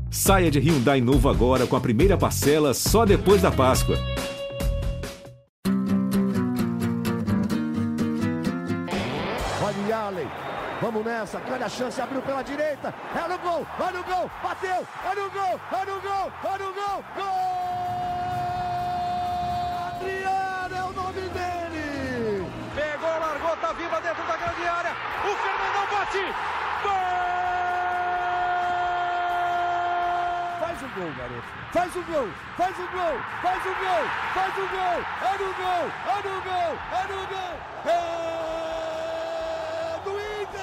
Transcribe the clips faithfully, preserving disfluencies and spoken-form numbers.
Saia de Hyundai novo agora com a primeira parcela só depois da Páscoa. Olha o Allen, vamos nessa, grande a chance, abriu pela direita, é no gol, vai no gol, bateu, é no gol, é no gol, é no gol, gol! Adriano é o nome dele! Pegou, largou, tá viva dentro da grande área, o Fernandão bate, gol! Faz o gol, garoto, faz o gol, faz o gol, faz o gol, faz o gol, é no gol, é no gol, é no gol, é do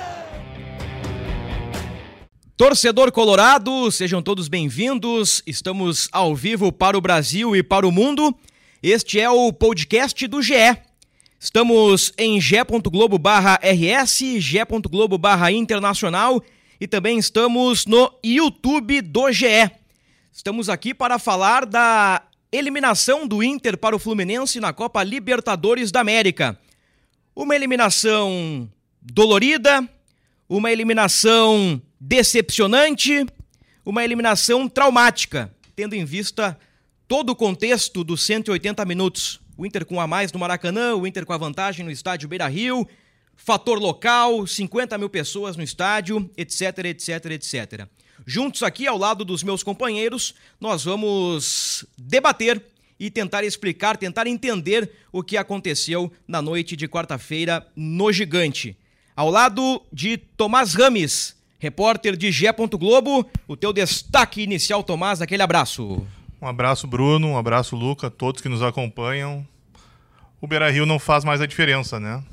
Inter! Torcedor colorado, sejam todos bem-vindos, estamos ao vivo para o Brasil e para o mundo, este é o podcast do G E. Estamos em ge.globo barra rs, ge.globo barra internacional e também estamos no YouTube do G E. Estamos aqui para falar da eliminação do Inter para o Fluminense na Copa Libertadores da América. Uma eliminação dolorida, uma eliminação decepcionante, uma eliminação traumática, tendo em vista todo o contexto dos cento e oitenta minutos. O Inter com a mais no Maracanã, o Inter com a vantagem no estádio Beira-Rio, fator local, cinquenta mil pessoas no estádio, etc, etc, etcétera. Juntos aqui, ao lado dos meus companheiros, nós vamos debater e tentar explicar, tentar entender o que aconteceu na noite de quarta-feira no Gigante. Ao lado de Tomás Rames, repórter de ge.globo, o teu destaque inicial, Tomás, aquele abraço. Um abraço, Bruno, um abraço, Luca, todos que nos acompanham. O Beira-Rio não faz mais a diferença, né?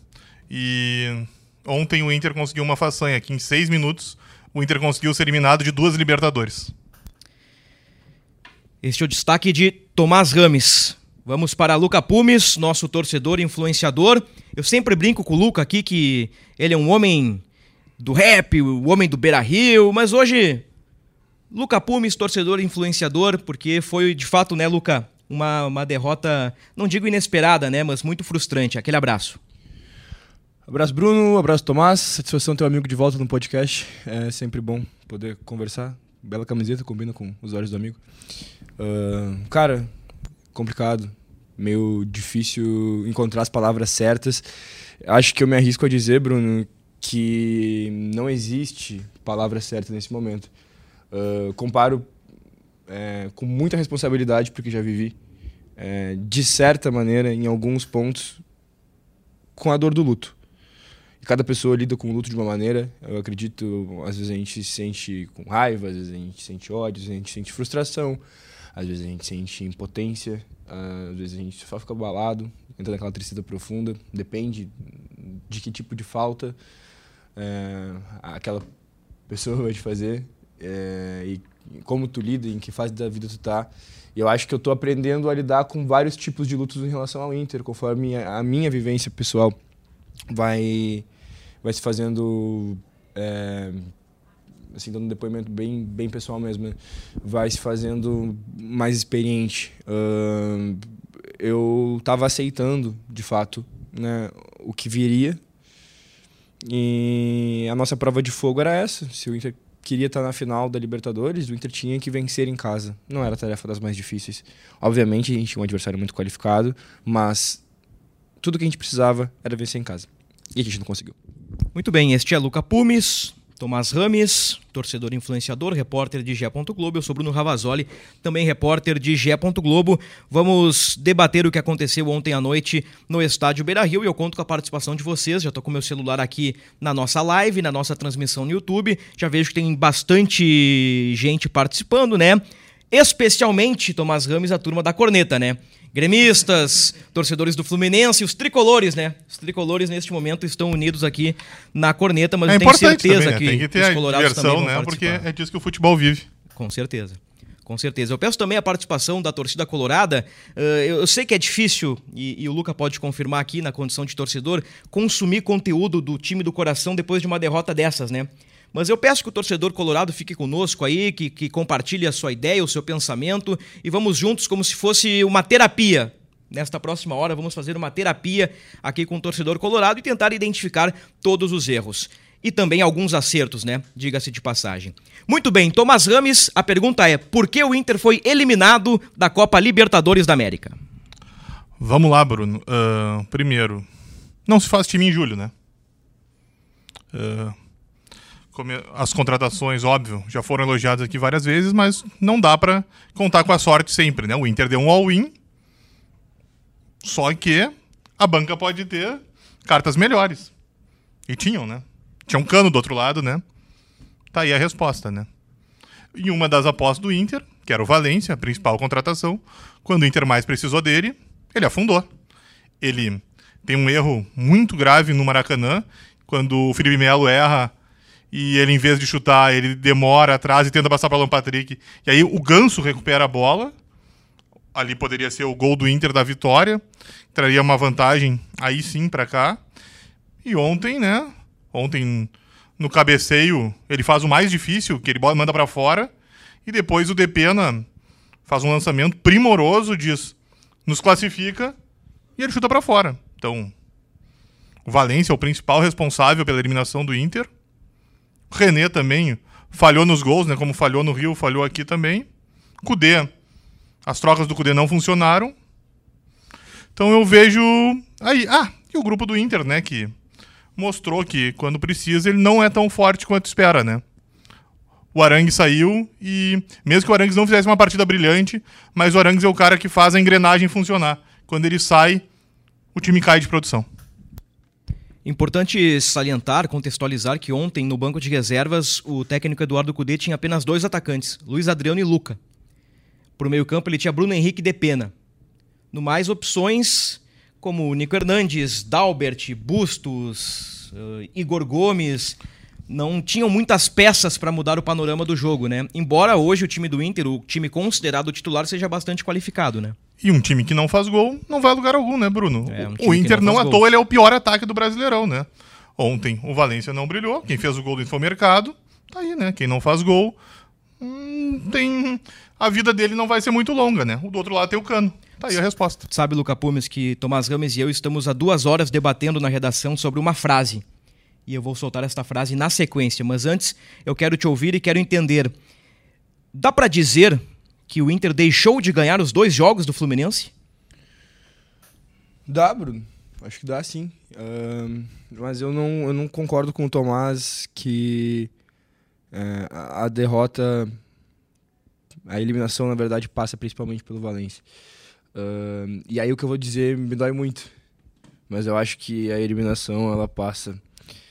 E ontem o Inter conseguiu uma façanha, que em seis minutos o Inter conseguiu ser eliminado de duas Libertadores. Este é o destaque de Tomás Rames. Vamos para Luca Pumes, nosso torcedor influenciador. Eu sempre brinco com o Luca aqui que ele é um homem do rap, o homem do Beira-Rio, mas hoje, Luca Pumes, torcedor influenciador, porque foi de fato, né, Luca, uma, uma derrota, não digo inesperada, né, mas muito frustrante. Aquele abraço. Abraço, Bruno. Abraço, Tomás. Satisfação ter um amigo de volta no podcast. É sempre bom poder conversar. Bela camiseta, combina com os olhos do amigo. Uh, cara, complicado. Meio difícil encontrar as palavras certas. Acho que eu me arrisco a dizer, Bruno, que não existe palavra certa nesse momento. Uh, comparo é, com muita responsabilidade, porque já vivi, é, de certa maneira, em alguns pontos, com a dor do luto. E cada pessoa lida com o luto de uma maneira. Eu acredito, às vezes a gente se sente com raiva, às vezes a gente sente ódio, às vezes a gente sente frustração, às vezes a gente sente impotência, às vezes a gente só fica abalado, entra naquela tristeza profunda. Depende de que tipo de falta é, aquela pessoa vai te fazer é, e como tu lida, em que fase da vida tu tá. E eu acho que eu tô aprendendo a lidar com vários tipos de lutos em relação ao Inter, conforme a minha vivência pessoal vai, vai se fazendo, é, assim, dando um depoimento bem, bem pessoal mesmo, né? Vai se fazendo mais experiente. Uh, eu estava aceitando, de fato, né, o que viria. E a nossa prova de fogo era essa. Se o Inter queria estar na final da Libertadores, o Inter tinha que vencer em casa. Não era a tarefa das mais difíceis. Obviamente, a gente tinha um adversário muito qualificado, mas tudo que a gente precisava era vencer em casa. E a gente não conseguiu. Muito bem, este é Luca Pumes, Tomás Rames, torcedor influenciador, repórter de ge.globo. Eu sou Bruno Ravazoli, também repórter de ge.globo. Vamos debater o que aconteceu ontem à noite no estádio Beira-Rio e eu conto com a participação de vocês. Já estou com meu celular aqui na nossa live, na nossa transmissão no YouTube. Já vejo que tem bastante gente participando, né? Especialmente, Tomás Rames, a turma da corneta, né? Gremistas, torcedores do Fluminense, os tricolores, né? Os tricolores neste momento estão unidos aqui na corneta, mas é eu tenho certeza também, né? que, tem que ter os colorados diversão, também vão né? Porque participar. é disso que o futebol vive. Com certeza. Com certeza. Eu peço também a participação da torcida colorada. Uh, eu, eu sei que é difícil, e, e o Luca pode confirmar aqui na condição de torcedor, consumir conteúdo do time do coração depois de uma derrota dessas, né? Mas eu peço que o torcedor colorado fique conosco aí, que, que compartilhe a sua ideia, o seu pensamento, e vamos juntos como se fosse uma terapia. Nesta próxima hora vamos fazer uma terapia aqui com o torcedor colorado e tentar identificar todos os erros. e também alguns acertos, né? Diga-se de passagem. Muito bem, Tomás Rames, a pergunta é: por que o Inter foi eliminado da Copa Libertadores da América? Vamos lá, Bruno. Uh, primeiro, não se faz time em julho, né? Uh, as contratações, óbvio, já foram elogiadas aqui várias vezes, mas não dá pra contar com a sorte sempre, né? O Inter deu um all-in, só que a banca pode ter cartas melhores. E tinham, né? Tinha um Cano do outro lado, né? Tá aí a resposta, né? E uma das apostas do Inter, que era o Valência, a principal contratação, quando o Inter mais precisou dele, ele afundou. Ele tem um erro muito grave no Maracanã, quando o Felipe Melo erra e ele, em vez de chutar, ele demora atrás e tenta passar para o Alan Patrick. E aí o Ganso recupera a bola. Ali poderia ser o gol do Inter da vitória. Traria uma vantagem aí sim para cá. E ontem, né? Ontem, no cabeceio, ele faz o mais difícil, que ele manda para fora. E depois o Depena faz um lançamento primoroso, diz, nos classifica, e ele chuta para fora. Então, o Valência é o principal responsável pela eliminação do Inter. O René também falhou nos gols, né? Como falhou no Rio, falhou aqui também. Kudê, as trocas do Kudê não funcionaram. Então eu vejo aí, ah, e o grupo do Inter, né, que mostrou que quando precisa ele não é tão forte quanto espera, né? O Arangues saiu e mesmo que o Arangues não fizesse uma partida brilhante, mas o Arangues é o cara que faz a engrenagem funcionar. Quando ele sai, o time cai de produção. Importante salientar, contextualizar que ontem no banco de reservas o técnico Eduardo Kudê tinha apenas dois atacantes, Luiz Adriano e Luca. Por meio campo ele tinha Bruno Henrique e Depena. No mais, opções como Nico Hernandes, Dalbert, Bustos, uh, Igor Gomes, não tinham muitas peças para mudar o panorama do jogo, né? Embora hoje o time do Inter, o time considerado titular, seja bastante qualificado, né? E um time que não faz gol não vai a lugar algum, né, Bruno? É, um o Inter não, não à toa, ele é o pior ataque do Brasileirão, né? Ontem o Valência não brilhou, quem fez o gol do Inter foi o Mercado, tá aí, né? Quem não faz gol, hum, tem... a vida dele não vai ser muito longa, né? O do outro lado tem o Cano. Tá aí a resposta. Sabe, Luca Pumes, que Tomás Rames e eu estamos há duas horas debatendo na redação sobre uma frase. E eu vou soltar esta frase na sequência, mas antes eu quero te ouvir e quero entender. Dá pra dizer que o Inter deixou de ganhar os dois jogos do Fluminense? Dá, Bruno. Acho que dá, sim. Uh, mas eu não, eu não concordo com o Tomás que uh, a, a derrota, a eliminação, na verdade, passa principalmente pelo Valência. Uh, e aí o que eu vou dizer me dói muito. Mas eu acho que a eliminação, ela passa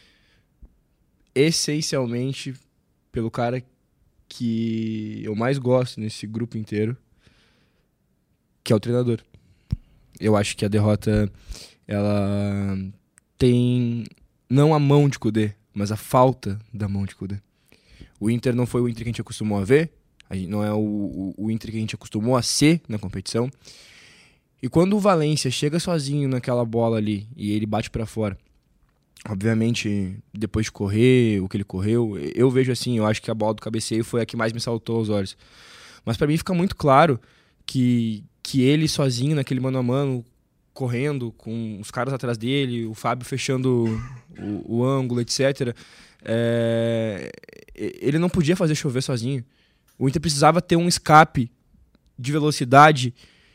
essencialmente pelo cara que eu mais gosto nesse grupo inteiro, que é o treinador. Eu acho que a derrota, ela tem não a mão de Kudê, mas a falta da mão de Kudê. O Inter não foi o Inter que a gente acostumou a ver, a gente não é o, o, o Inter que a gente acostumou a ser na competição. E quando o Valência chega sozinho naquela bola ali e ele bate pra fora, obviamente, depois de correr, o que ele correu, eu vejo assim, eu acho que a bola do cabeceio foi a que mais me saltou aos olhos. Mas pra mim fica muito claro que, que ele sozinho, naquele mano a mano, correndo, com os caras atrás dele, o Fábio fechando o, o ângulo, etcétera, é, ele não podia fazer chover sozinho. O Inter precisava ter um escape de velocidade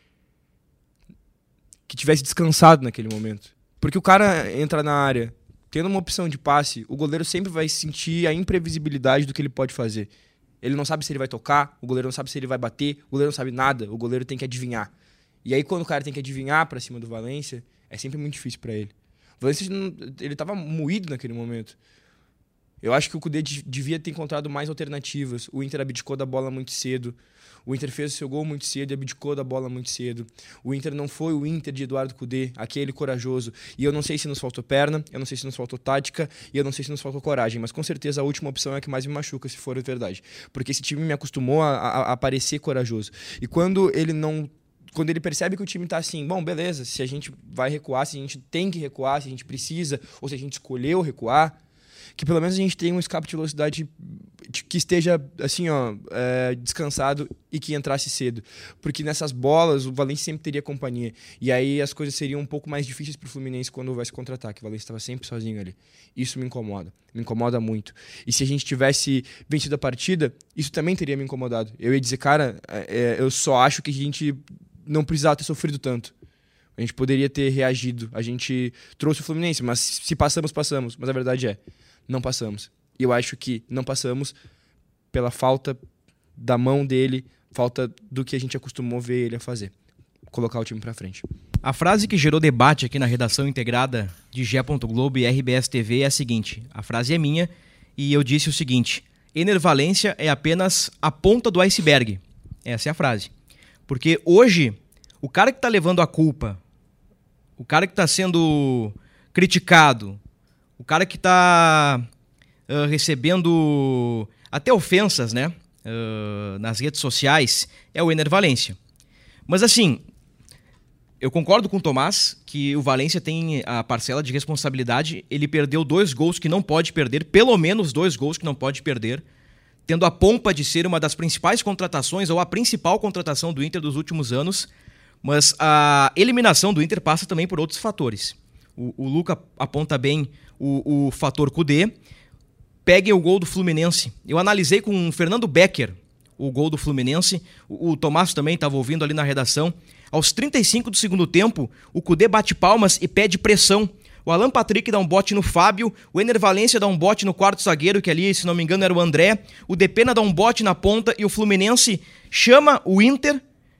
que tivesse descansado naquele momento. Porque o cara entra na área, tendo uma opção de passe, o goleiro sempre vai sentir a imprevisibilidade do que ele pode fazer. Ele não sabe se ele vai tocar, o goleiro não sabe se ele vai bater, o goleiro não sabe nada, o goleiro tem que adivinhar. E aí quando o cara tem que adivinhar pra cima do Valência, é sempre muito difícil pra ele. O Valência, ele tava moído naquele momento. Eu acho que o Kudê devia ter encontrado mais alternativas. O Inter abdicou da bola muito cedo. O Inter fez o seu gol muito cedo e abdicou da bola muito cedo. O Inter não foi o Inter de Eduardo Kudê, aquele corajoso. E eu não sei se nos faltou perna, eu não sei se nos faltou tática, e eu não sei se nos faltou coragem. Mas com certeza a última opção é a que mais me machuca, se for verdade. Porque esse time me acostumou a, a, a parecer corajoso. E quando ele não... Quando ele percebe que o time tá assim, bom, beleza, se a gente vai recuar, se a gente tem que recuar, se a gente precisa, ou se a gente escolheu recuar... que pelo menos a gente tenha um escape de velocidade que esteja assim, ó, é, descansado e que entrasse cedo. Porque nessas bolas o Valencia sempre teria companhia. E aí as coisas seriam um pouco mais difíceis pro Fluminense quando houvesse contra-ataque. O Valencia estava sempre sozinho ali. Isso me incomoda. Me incomoda muito. E se a gente tivesse vencido a partida, isso também teria me incomodado. Eu ia dizer, cara, é, eu só acho que a gente não precisava ter sofrido tanto. A gente poderia ter reagido. A gente trouxe o Fluminense, mas se passamos, passamos. Mas a verdade é, não passamos. E eu acho que não passamos pela falta da mão dele, falta do que a gente acostumou ver ele a fazer. Colocar o time pra frente. A frase que gerou debate aqui na redação integrada de G E. Globo e R B S T V é a seguinte. A frase é minha e eu disse o seguinte: Ener Valencia é apenas a ponta do iceberg. Essa é a frase. Porque hoje, o cara que tá levando a culpa, o cara que tá sendo criticado, o cara que tá uh, recebendo até ofensas, né, uh, nas redes sociais, é o Ener Valencia. Mas assim, eu concordo com o Tomás que o Valencia tem a parcela de responsabilidade. Ele perdeu dois gols que não pode perder, pelo menos dois gols que não pode perder, tendo a pompa de ser uma das principais contratações ou a principal contratação do Inter dos últimos anos. Mas a eliminação do Inter passa também por outros fatores. O, o Luca aponta bem o, o fator Kudê. Peguem o gol do Fluminense. Eu analisei com o Fernando Becker o gol do Fluminense. O, o Tomás também estava ouvindo ali na redação. Aos trinta e cinco do segundo tempo, o Kudê bate palmas e pede pressão. O Alan Patrick dá um bote no Fábio, o Ener Valencia dá um bote no quarto zagueiro, que ali, se não me engano, era o André. O Depena dá um bote na ponta e o Fluminense chama o Inter.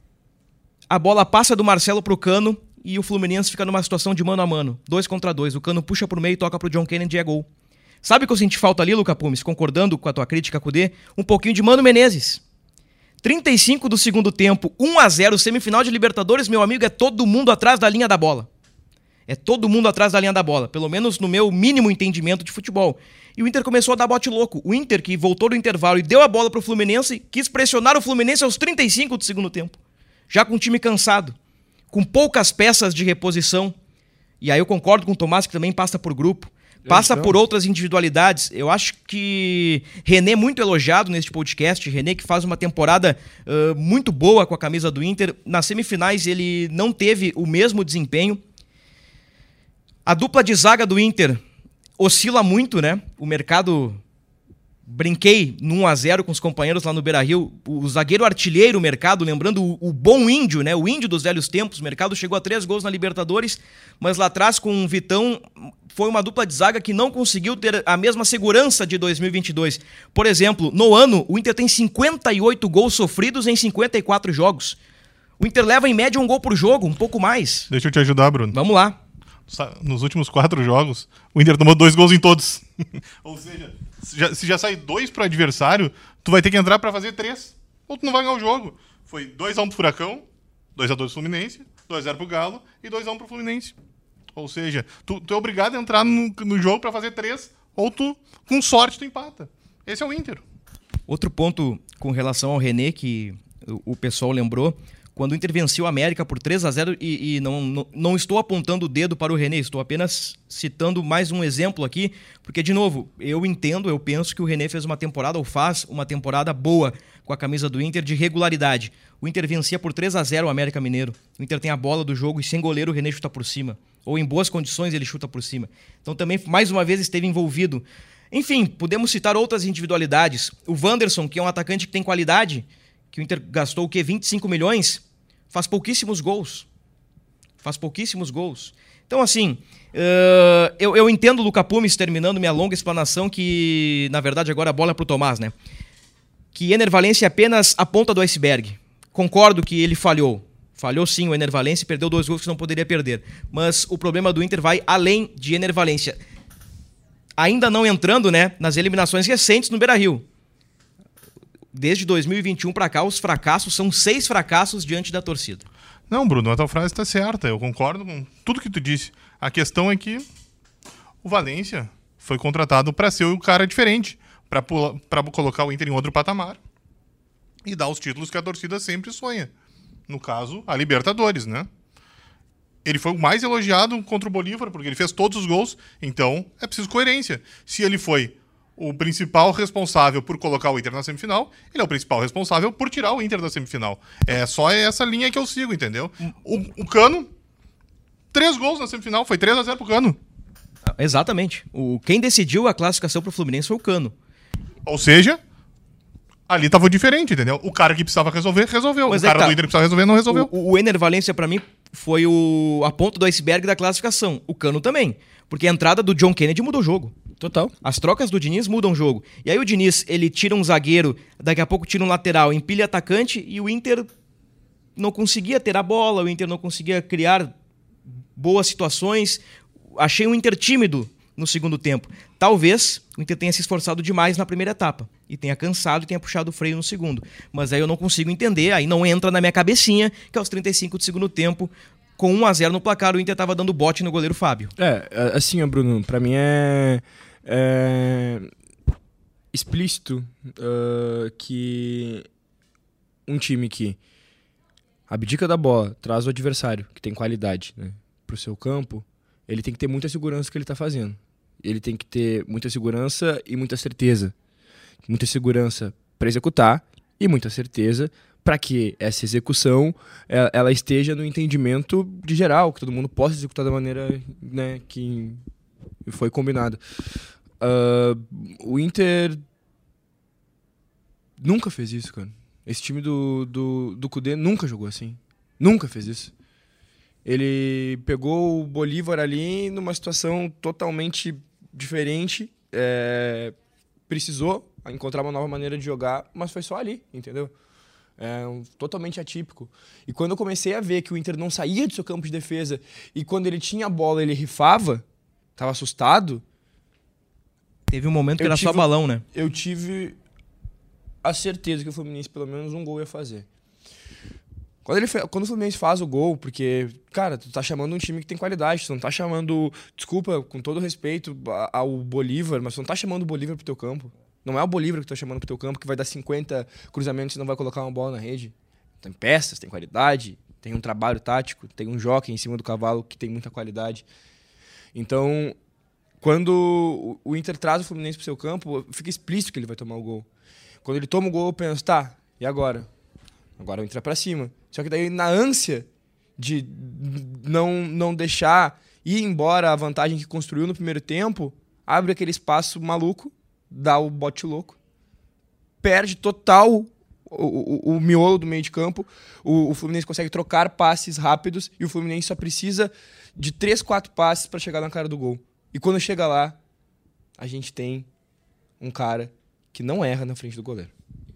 A bola passa do Marcelo pro Cano e o Fluminense fica numa situação de mano a mano. Dois contra dois. O Cano puxa pro meio e toca pro John Kennedy e é gol. Sabe o que eu senti falta ali, Luca Pumes, concordando com a tua crítica, Kudê? Um pouquinho de Mano Menezes. trinta e cinco do segundo tempo, um a zero, semifinal de Libertadores, meu amigo, é todo mundo atrás da linha da bola. É todo mundo atrás da linha da bola, pelo menos no meu mínimo entendimento de futebol. E o Inter começou a dar bote louco. O Inter, que voltou do intervalo e deu a bola pro Fluminense, quis pressionar o Fluminense aos trinta e cinco do segundo tempo. Já com o time cansado, com poucas peças de reposição. E aí eu concordo com o Tomás, que também passa por grupo. Passa por outras individualidades. Eu acho que René, muito elogiado neste podcast, René que faz uma temporada uh, muito boa com a camisa do Inter. Nas semifinais ele não teve o mesmo desempenho. A dupla de zaga do Inter oscila muito, né? O mercado... Brinquei no um a zero com os companheiros lá no Beira-Rio. O zagueiro artilheiro, o Mercado, lembrando o, o bom índio, né? O índio dos velhos tempos. O Mercado chegou a três gols na Libertadores, mas lá atrás com o Vitão foi uma dupla de zaga que não conseguiu ter a mesma segurança de dois mil e vinte e dois. Por exemplo, no ano, o Inter tem cinquenta e oito gols sofridos em cinquenta e quatro jogos. O Inter leva em média um gol por jogo, um pouco mais. Deixa eu te ajudar, Bruno. Vamos lá. Nos últimos quatro jogos, o Inter tomou dois gols em todos. Ou seja, se já, se já sai dois pro adversário, tu vai ter que entrar pra fazer três. Ou tu não vai ganhar o jogo. Foi dois a um pro Furacão, dois a dois pro Fluminense, dois a zero pro Galo e dois a um pro Fluminense. Ou seja, tu, tu é obrigado a entrar no, no jogo pra fazer três, ou tu, com sorte, tu empata. Esse é o Inter. Outro ponto com relação ao René, que o, o pessoal lembrou, quando o Inter venceu a América por três a zero, e, e não, não, não estou apontando o dedo para o René, estou apenas citando mais um exemplo aqui, porque, de novo, eu entendo, eu penso que o René fez uma temporada, ou faz uma temporada boa com a camisa do Inter, de regularidade. O Inter vencia por três a zero o América Mineiro. O Inter tem a bola do jogo e sem goleiro o René chuta por cima. Ou em boas condições ele chuta por cima. Então também, mais uma vez, esteve envolvido. Enfim, podemos citar outras individualidades. O Wanderson, que é um atacante que tem qualidade, que o Inter gastou o quê? vinte e cinco milhões? Faz pouquíssimos gols. Faz pouquíssimos gols. Então, assim, uh, eu, eu entendo o Luca Pumes, terminando minha longa explanação, que, na verdade, agora a bola é pro Tomás, né? Que Ener Valencia é apenas a ponta do iceberg. Concordo que ele falhou. Falhou sim o Ener Valencia, perdeu dois gols que não poderia perder. Mas o problema do Inter vai além de Ener Valencia. Ainda não entrando, né, nas eliminações recentes no Beira-Rio. Desde dois mil e vinte e um para cá, os fracassos são seis fracassos diante da torcida. Não, Bruno, a tua frase está certa. Eu concordo com tudo que tu disse. A questão é que o Valencia foi contratado para ser o cara diferente, para colocar o Inter em outro patamar e dar os títulos que a torcida sempre sonha. No caso, a Libertadores, né? ele foi o mais elogiado contra o Bolívar, porque ele fez todos os gols, então é preciso coerência. Se ele foi o principal responsável por colocar o Inter na semifinal, ele é o principal responsável por tirar o Inter da semifinal. É só essa linha que eu sigo, entendeu? O, o Cano, três gols na semifinal, foi três a zero pro Cano. Exatamente. O, quem decidiu a classificação pro Fluminense foi o Cano. Ou seja, ali tava diferente, entendeu? O cara que precisava resolver, resolveu. Mas o é cara tá. do Inter que precisava resolver, não resolveu. O, o Ener Valencia, pra mim, foi o, a ponta do iceberg da classificação. O Cano também. Porque a entrada do John Kennedy mudou o jogo. Total. As trocas do Diniz mudam o jogo. E aí o Diniz, ele tira um zagueiro, daqui a pouco tira um lateral, empilha atacante e o Inter não conseguia ter a bola, o Inter não conseguia criar boas situações. Achei um Inter tímido no segundo tempo. Talvez o Inter tenha se esforçado demais na primeira etapa e tenha cansado e tenha puxado o freio no segundo. Mas aí eu não consigo entender, aí não entra na minha cabecinha que aos trinta e cinco do segundo tempo, com um a zero no placar, o Inter tava dando bote no goleiro Fábio. É, assim, ó, Bruno, pra mim é, é explícito uh, que um time que abdica da bola, traz o adversário, que tem qualidade, né, pro seu campo, ele tem que ter muita segurança do que ele tá fazendo. Ele tem que ter muita segurança e muita certeza. Muita segurança para executar e muita certeza para que essa execução ela esteja no entendimento de geral, que todo mundo possa executar da maneira, né, que foi combinado. Uh, o Inter nunca fez isso, cara. Esse time do, do, do Kudê nunca jogou assim. Nunca fez isso. Ele pegou o Bolívar ali numa situação totalmente diferente, é, precisou encontrar uma nova maneira de jogar, mas foi só ali, entendeu? É um, totalmente atípico. E quando eu comecei a ver que o Inter não saía do seu campo de defesa e quando ele tinha a bola ele rifava, tava assustado. Teve um momento que eu era tive, só balão, né? Eu tive a certeza que o Fluminense pelo menos um gol ia fazer. Quando, ele, quando o Fluminense faz o gol, porque, cara, tu tá chamando um time que tem qualidade, tu não tá chamando, desculpa, com todo respeito ao Bolívar, mas tu não tá chamando o Bolívar pro teu campo. Não é o Bolívar que tu tá chamando pro teu campo que vai dar cinquenta cruzamentos e não vai colocar uma bola na rede. Tem peças, tem qualidade, tem um trabalho tático, tem um jockey em cima do cavalo que tem muita qualidade. Então, quando o Inter traz o Fluminense pro seu campo, fica explícito que ele vai tomar o gol. Quando ele toma o gol, eu penso, tá, e agora? Agora o Inter é pra cima. Só que daí, na ânsia de não, não deixar ir embora a vantagem que construiu no primeiro tempo, abre aquele espaço maluco, dá o bote louco, perde total o, o, o miolo do meio de campo, o, o Fluminense consegue trocar passes rápidos e o Fluminense só precisa de três, quatro passes para chegar na cara do gol. E quando chega lá, a gente tem um cara que não erra na frente do goleiro.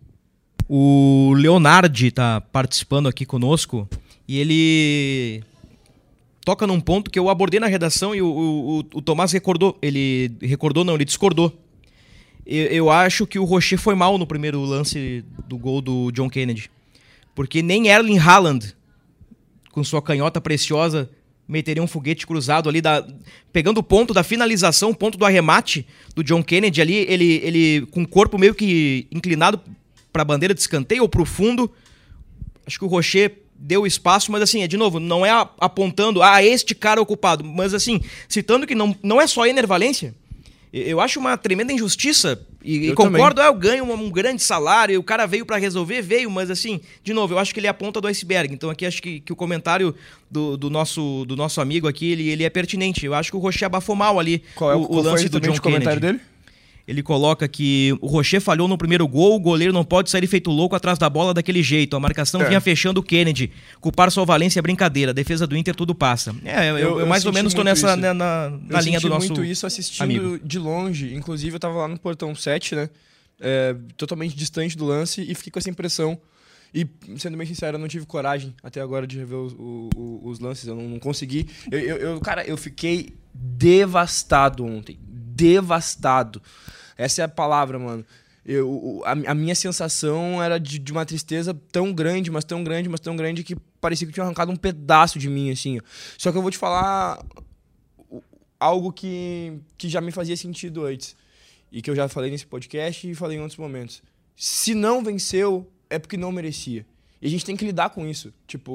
O Leonardi tá participando aqui conosco e ele toca num ponto que eu abordei na redação e o, o, o Tomás recordou. Ele recordou, não, ele discordou. Eu, eu acho que o Rocher foi mal no primeiro lance do gol do John Kennedy. Porque nem Erling Haaland, com sua canhota preciosa, meteria um foguete cruzado ali, da, pegando o ponto da finalização, o ponto do arremate do John Kennedy ali, ele, ele com o corpo meio que inclinado para a bandeira de escanteio ou para o fundo. Acho que o Rocher deu espaço, mas assim, é de novo, não é apontando, ah, este cara ocupado, mas assim, citando que não, não é só Ener Valencia. Eu acho uma tremenda injustiça e, e concordo, ah, eu ganho um, um grande salário, e o cara veio para resolver, veio, mas assim, de novo, eu acho que ele é a ponta do iceberg. Então aqui acho que, que o comentário do, do, nosso, do nosso amigo aqui, ele, ele é pertinente. Eu acho que o Rocher abafou mal ali. Qual é o, o, qual o lance foi do John o comentário Kennedy. dele? Ele coloca que o Rocher falhou no primeiro gol, o goleiro não pode sair feito louco atrás da bola daquele jeito. A marcação é. vinha fechando o Kennedy. Culpar só o Valência é brincadeira. A defesa do Inter tudo passa. É, eu, eu, eu mais ou menos estou nessa na, na, na linha do nosso Eu senti muito isso assistindo amigo. de longe. Inclusive eu tava lá no portão sete, né? É, totalmente distante do lance e fiquei com essa impressão. E, sendo bem sincero, eu não tive coragem até agora de rever os, os, os lances. Eu não, não consegui. Eu, eu, eu, cara, eu fiquei devastado ontem. Devastado. Essa é a palavra, mano. Eu, a, a minha sensação era de, de uma tristeza tão grande, mas tão grande, mas tão grande que parecia que tinha arrancado um pedaço de mim, assim. Ó. Só que eu vou te falar algo que, que já me fazia sentido antes. E que eu já falei nesse podcast e falei em outros momentos. Se não venceu, é porque não merecia. E a gente tem que lidar com isso. Tipo,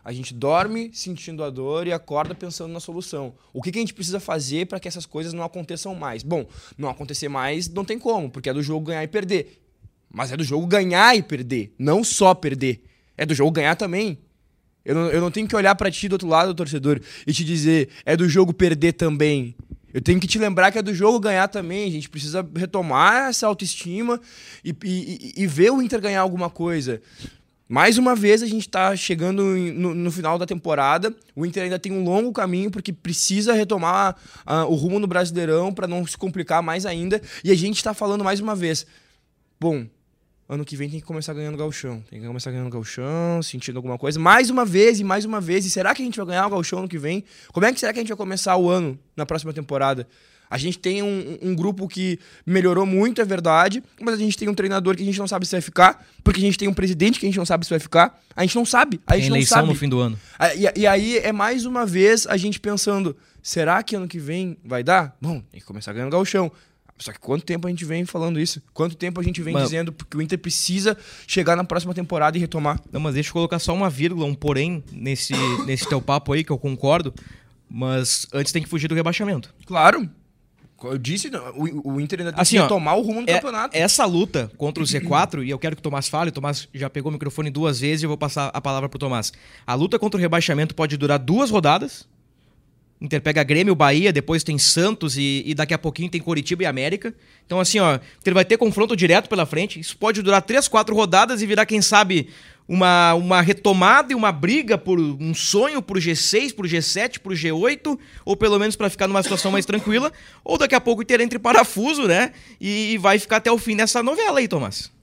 A gente dorme sentindo a dor e acorda pensando na solução. O que, que a gente precisa fazer para que essas coisas não aconteçam mais? Bom, não acontecer mais não tem como, porque é do jogo ganhar e perder. Mas é do jogo ganhar e perder, não só perder. É do jogo ganhar também. Eu não, eu não tenho que olhar para ti do outro lado, torcedor, e te dizer, é do jogo perder também. Eu tenho que te lembrar que é do jogo ganhar também. A gente precisa retomar essa autoestima e, e, e ver o Inter ganhar alguma coisa. Mais uma vez, a gente está chegando no, no final da temporada. O Inter ainda tem um longo caminho, porque precisa retomar uh, o rumo no Brasileirão para não se complicar mais ainda. E a gente está falando mais uma vez. Bom, ano que vem tem que começar ganhando gauchão. Tem que começar ganhando gauchão, sentindo alguma coisa. Mais uma vez e mais uma vez. E será que a gente vai ganhar o gauchão ano que vem? Como é que será que a gente vai começar o ano na próxima temporada? A gente tem um, um grupo que melhorou muito, é verdade, mas a gente tem um treinador que a gente não sabe se vai ficar, porque a gente tem um presidente que a gente não sabe se vai ficar. A gente não sabe. A gente tem eleição não sabe. no fim do ano. E, e aí é mais uma vez a gente pensando, será que ano que vem vai dar? Bom, tem que começar ganhando gauchão. Só que quanto tempo a gente vem falando isso? Quanto tempo a gente vem Mas... dizendo que o Inter precisa chegar na próxima temporada e retomar? Não, mas deixa eu colocar só uma vírgula, um porém nesse, nesse teu papo aí, que eu concordo. Mas antes tem que fugir do rebaixamento. Claro. Eu disse, o, o Inter ainda tem assim, que retomar o rumo do é, campeonato. Essa luta contra o Z quatro, e eu quero que o Tomás fale, o Tomás já pegou o microfone duas vezes e eu vou passar a palavra pro Tomás. A luta contra o rebaixamento pode durar duas rodadas. Inter pega Grêmio, Bahia, depois tem Santos e, e daqui a pouquinho tem Coritiba e América. Então assim, ó, Inter vai ter confronto direto pela frente. Isso pode durar três, quatro rodadas e virar, quem sabe, uma, uma retomada e uma briga por um sonho pro G seis, pro G sete, pro G oito, ou pelo menos para ficar numa situação mais tranquila. Ou daqui a pouco o Inter entra em parafuso, né? E, e vai ficar até o fim dessa novela aí, Tomás.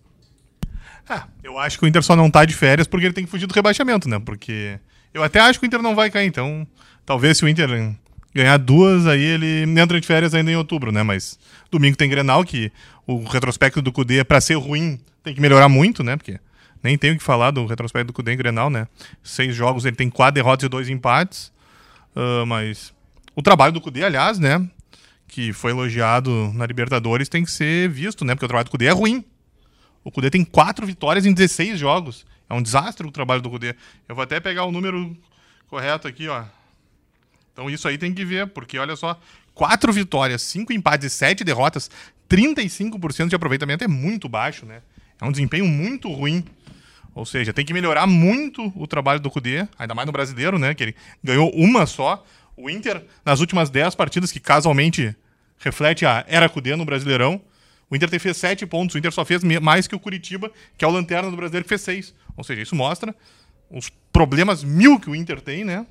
Ah, eu acho que o Inter só não tá de férias porque ele tem que fugir do rebaixamento, né? Porque eu até acho que o Inter não vai cair, então... Talvez se o Inter ganhar duas, aí ele entra de férias ainda em outubro, né? Mas domingo tem Grenal, que o retrospecto do Cudê, pra ser ruim, tem que melhorar muito, né? Porque nem tenho o que falar do retrospecto do Cudê em Grenal, né? Seis jogos, ele tem quatro derrotas e dois empates. Uh, mas o trabalho do Cudê, aliás, né? Que foi elogiado na Libertadores, tem que ser visto, né? Porque o trabalho do Cudê é ruim. O Cudê tem quatro vitórias em dezesseis jogos. É um desastre o trabalho do Cudê. Eu vou até pegar o número correto aqui, ó. Então isso aí tem que ver, porque olha só, quatro vitórias, cinco empates e sete derrotas, trinta e cinco por cento de aproveitamento é muito baixo, né? É um desempenho muito ruim. Ou seja, tem que melhorar muito o trabalho do Cudê, ainda mais no Brasileiro, né? Que ele ganhou uma só. O Inter, nas últimas dez partidas, que casualmente reflete a era Cudê no Brasileirão, o Inter fez sete pontos, o Inter só fez mais que o Coritiba, que é o lanterna do Brasileiro, que fez seis. Ou seja, isso mostra os problemas mil que o Inter tem, né?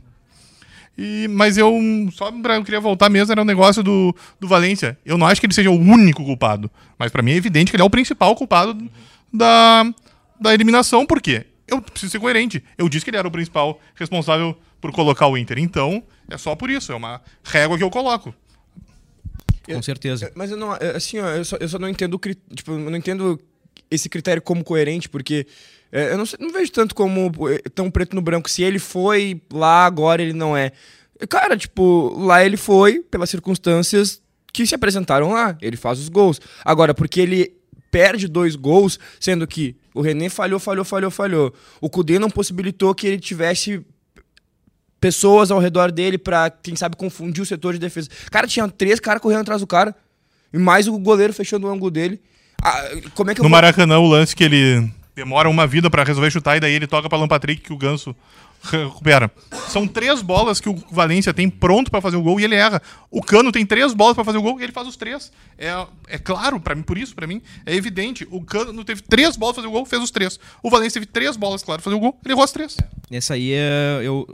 E, mas eu, só pra, eu queria voltar mesmo, era o negócio do, do Valência. Eu não acho que ele seja o único culpado, mas pra mim é evidente que ele é o principal culpado uhum. da, da eliminação, porque eu preciso ser coerente. Eu disse que ele era o principal responsável por colocar o Inter, então é só por isso, é uma régua que eu coloco. Com certeza. Eu, mas eu não, assim, ó, eu, só, eu só não entendo, tipo, eu não entendo esse critério como coerente, porque é, eu não, não vejo tanto como tão preto no branco. Se ele foi lá, agora ele não é. Cara, tipo, lá ele foi pelas circunstâncias que se apresentaram lá. Ele faz os gols. Agora, porque ele perde dois gols, sendo que o René falhou, falhou, falhou, falhou. O Cudê não possibilitou que ele tivesse pessoas ao redor dele pra, quem sabe, confundir o setor de defesa. Cara, tinha três caras correndo atrás do cara. E mais o goleiro fechando o ângulo dele. Ah, como é que eu no vou... Maracanã, o lance que ele demora uma vida pra resolver chutar e daí ele toca pra Alan Patrick que o Ganso recupera. São três bolas que o Valência tem pronto pra fazer o gol e ele erra. O Cano tem três bolas pra fazer o gol e ele faz os três. É, é claro, pra mim, por isso, pra mim, é evidente. O Cano teve três bolas pra fazer o gol, fez os três. O Valência teve três bolas, claro, pra fazer o gol, ele errou as três. Essa aí é... Eu,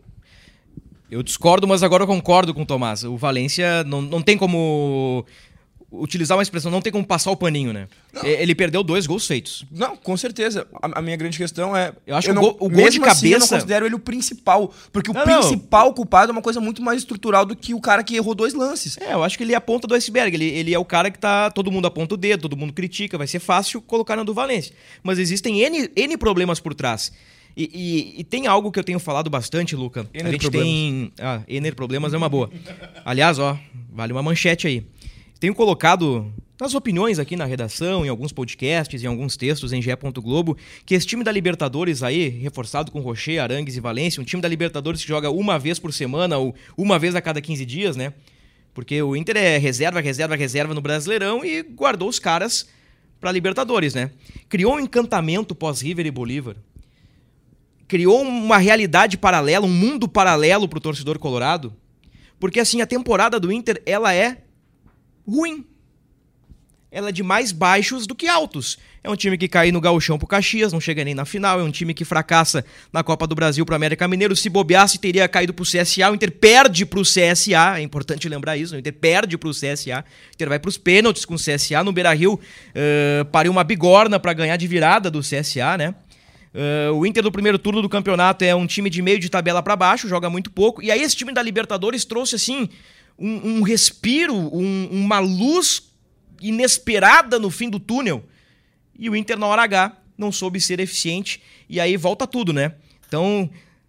eu discordo, mas agora eu concordo com o Tomás. O Valência não, não tem como... utilizar uma expressão, não tem como passar o paninho, né? Não. Ele perdeu dois gols feitos. Não, com certeza. A, a minha grande questão é... Eu acho eu que não, o gol, o gol de cabeça... Assim, eu não considero ele o principal. Porque o não, principal não. culpado é uma coisa muito mais estrutural do que o cara que errou dois lances. É, eu acho que ele é a ponta do iceberg. Ele, ele é o cara que tá... Todo mundo aponta o dedo, todo mundo critica. Vai ser fácil colocar na do Valência. Mas existem N, N problemas por trás. E, e, e tem algo que eu tenho falado bastante, Luca. N a gente problemas. tem... Ah, N problemas é uma boa. Aliás, ó, vale uma manchete aí. Tenho colocado nas opiniões aqui na redação, em alguns podcasts, em alguns textos em G E. Globo, que esse time da Libertadores aí, reforçado com Rocher, Arangues e Valência, um time da Libertadores que joga uma vez por semana ou uma vez a cada quinze dias, né? Porque o Inter é reserva, reserva, reserva no Brasileirão e guardou os caras pra Libertadores, né? Criou um encantamento pós-River e Bolívar. Criou uma realidade paralela, um mundo paralelo pro torcedor colorado. Porque, assim, a temporada do Inter, ela é ruim. Ela é de mais baixos do que altos. É um time que cai no Gauchão pro Caxias, não chega nem na final. É um time que fracassa na Copa do Brasil pro América Mineiro. Se bobeasse, teria caído pro C S A. O Inter perde pro C S A. É importante lembrar isso. O Inter perde pro C S A. O Inter vai pros pênaltis com o C S A. No Beira-Rio, uh, pariu uma bigorna pra ganhar de virada do C S A, né? Uh, o Inter do primeiro turno do campeonato é um time de meio de tabela pra baixo, joga muito pouco. E aí esse time da Libertadores trouxe, assim, um, um respiro, um, uma luz inesperada no fim do túnel, e o Inter na hora H não soube ser eficiente, e aí volta tudo, né? Então,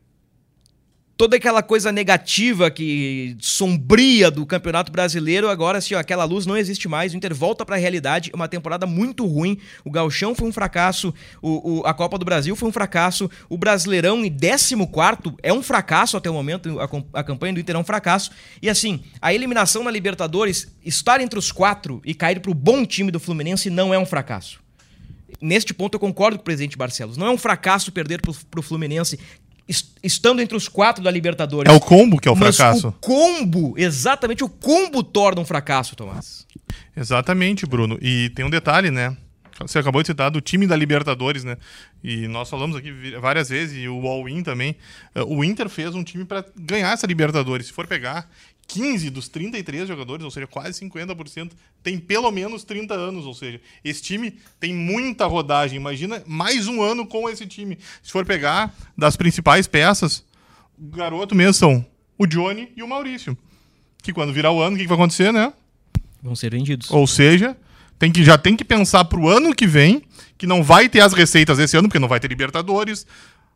toda aquela coisa negativa, que sombria do Campeonato Brasileiro, agora assim, ó, aquela luz não existe mais, o Inter volta pra realidade, uma temporada muito ruim, o Gauchão foi um fracasso, o, o, a Copa do Brasil foi um fracasso, o Brasileirão em décimo quarto é um fracasso até o momento, a, a campanha do Inter é um fracasso, e assim, a eliminação na Libertadores, estar entre os quatro e cair pro bom time do Fluminense não é um fracasso. Neste ponto eu concordo com o presidente Barcelos, não é um fracasso perder pro, pro Fluminense, estando entre os quatro da Libertadores. É o combo que é o Mas fracasso. o combo, exatamente, o combo torna um fracasso, Tomás. Exatamente, Bruno. E tem um detalhe, né? Você acabou de citar do time da Libertadores, né? E nós falamos aqui várias vezes, e o All-In também. O Inter fez um time para ganhar essa Libertadores. Se for pegar quinze dos trinta e três jogadores, ou seja, quase cinquenta por cento, tem pelo menos trinta anos. Ou seja, esse time tem muita rodagem. Imagina mais um ano com esse time. Se for pegar das principais peças, o garoto mesmo são o Johnny e o Maurício. Que quando virar o ano, o que, que vai acontecer, né? Vão ser vendidos. Ou seja, tem que, já tem que pensar pro ano que vem, que não vai ter as receitas esse ano, porque não vai ter Libertadores.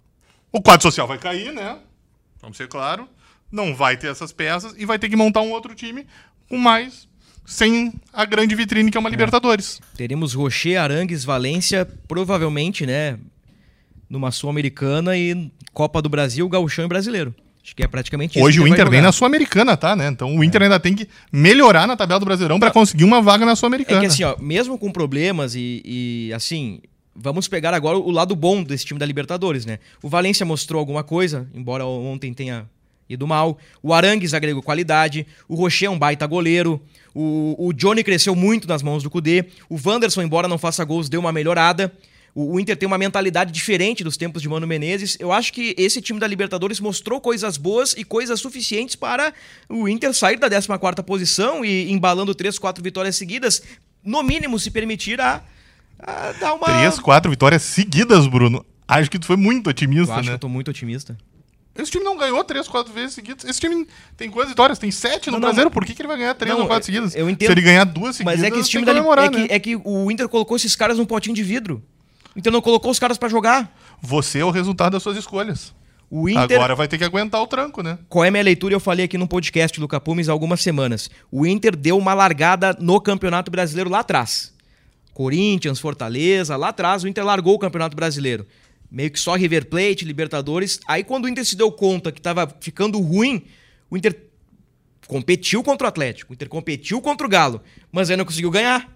O quadro social vai cair, né? Vamos ser claro. Não vai ter essas peças e vai ter que montar um outro time com mais, sem a grande vitrine que é uma é. Libertadores. Teremos Rocher, Arangues, Valência, provavelmente, né? Numa Sul-Americana e Copa do Brasil, Gauchão e Brasileiro. Acho que é praticamente isso. Hoje o Inter vem na Sul-Americana, tá, né? Então o Inter é. ainda tem que melhorar na tabela do Brasileirão para conseguir uma vaga na Sul-Americana. É que assim, ó, mesmo com problemas e, e assim, vamos pegar agora o lado bom desse time da Libertadores, né? O Valência mostrou alguma coisa, embora ontem tenha ido mal. O Arangues agregou qualidade. O Rocher é um baita goleiro. O, o Johnny cresceu muito nas mãos do Kudê. O Wanderson, embora não faça gols, deu uma melhorada. O, o Inter tem uma mentalidade diferente dos tempos de Mano Menezes. Eu acho que esse time da Libertadores mostrou coisas boas e coisas suficientes para o Inter sair da décima quarta posição e embalando três, quatro vitórias seguidas, no mínimo se permitir a, a dar uma... Três, quatro vitórias seguidas, Bruno. Acho que tu foi muito otimista, eu acho né? que eu tô muito otimista. Esse time não ganhou três, quatro vezes seguidas. Esse time tem quantas vitórias? Tem sete no não, Brasileiro. Não, Por que, que ele vai ganhar três não, ou quatro seguidas? Eu entendo. Se ele ganhar duas seguidas, mas é que esse time tem que comemorar, é, que, né? é que o Inter colocou esses caras num potinho de vidro. O Inter não colocou os caras pra jogar. Você é o resultado das suas escolhas. O Inter... Agora vai ter que aguentar o tranco, né? Qual é a minha leitura? Eu falei aqui no podcast do Capumes há algumas semanas. O Inter deu uma largada no Campeonato Brasileiro lá atrás. Corinthians, Fortaleza, lá atrás o Inter largou o Campeonato Brasileiro. Meio que só River Plate, Libertadores. Aí quando o Inter se deu conta que tava ficando ruim, o Inter competiu contra o Atlético. O Inter competiu contra o Galo. Mas aí não conseguiu ganhar.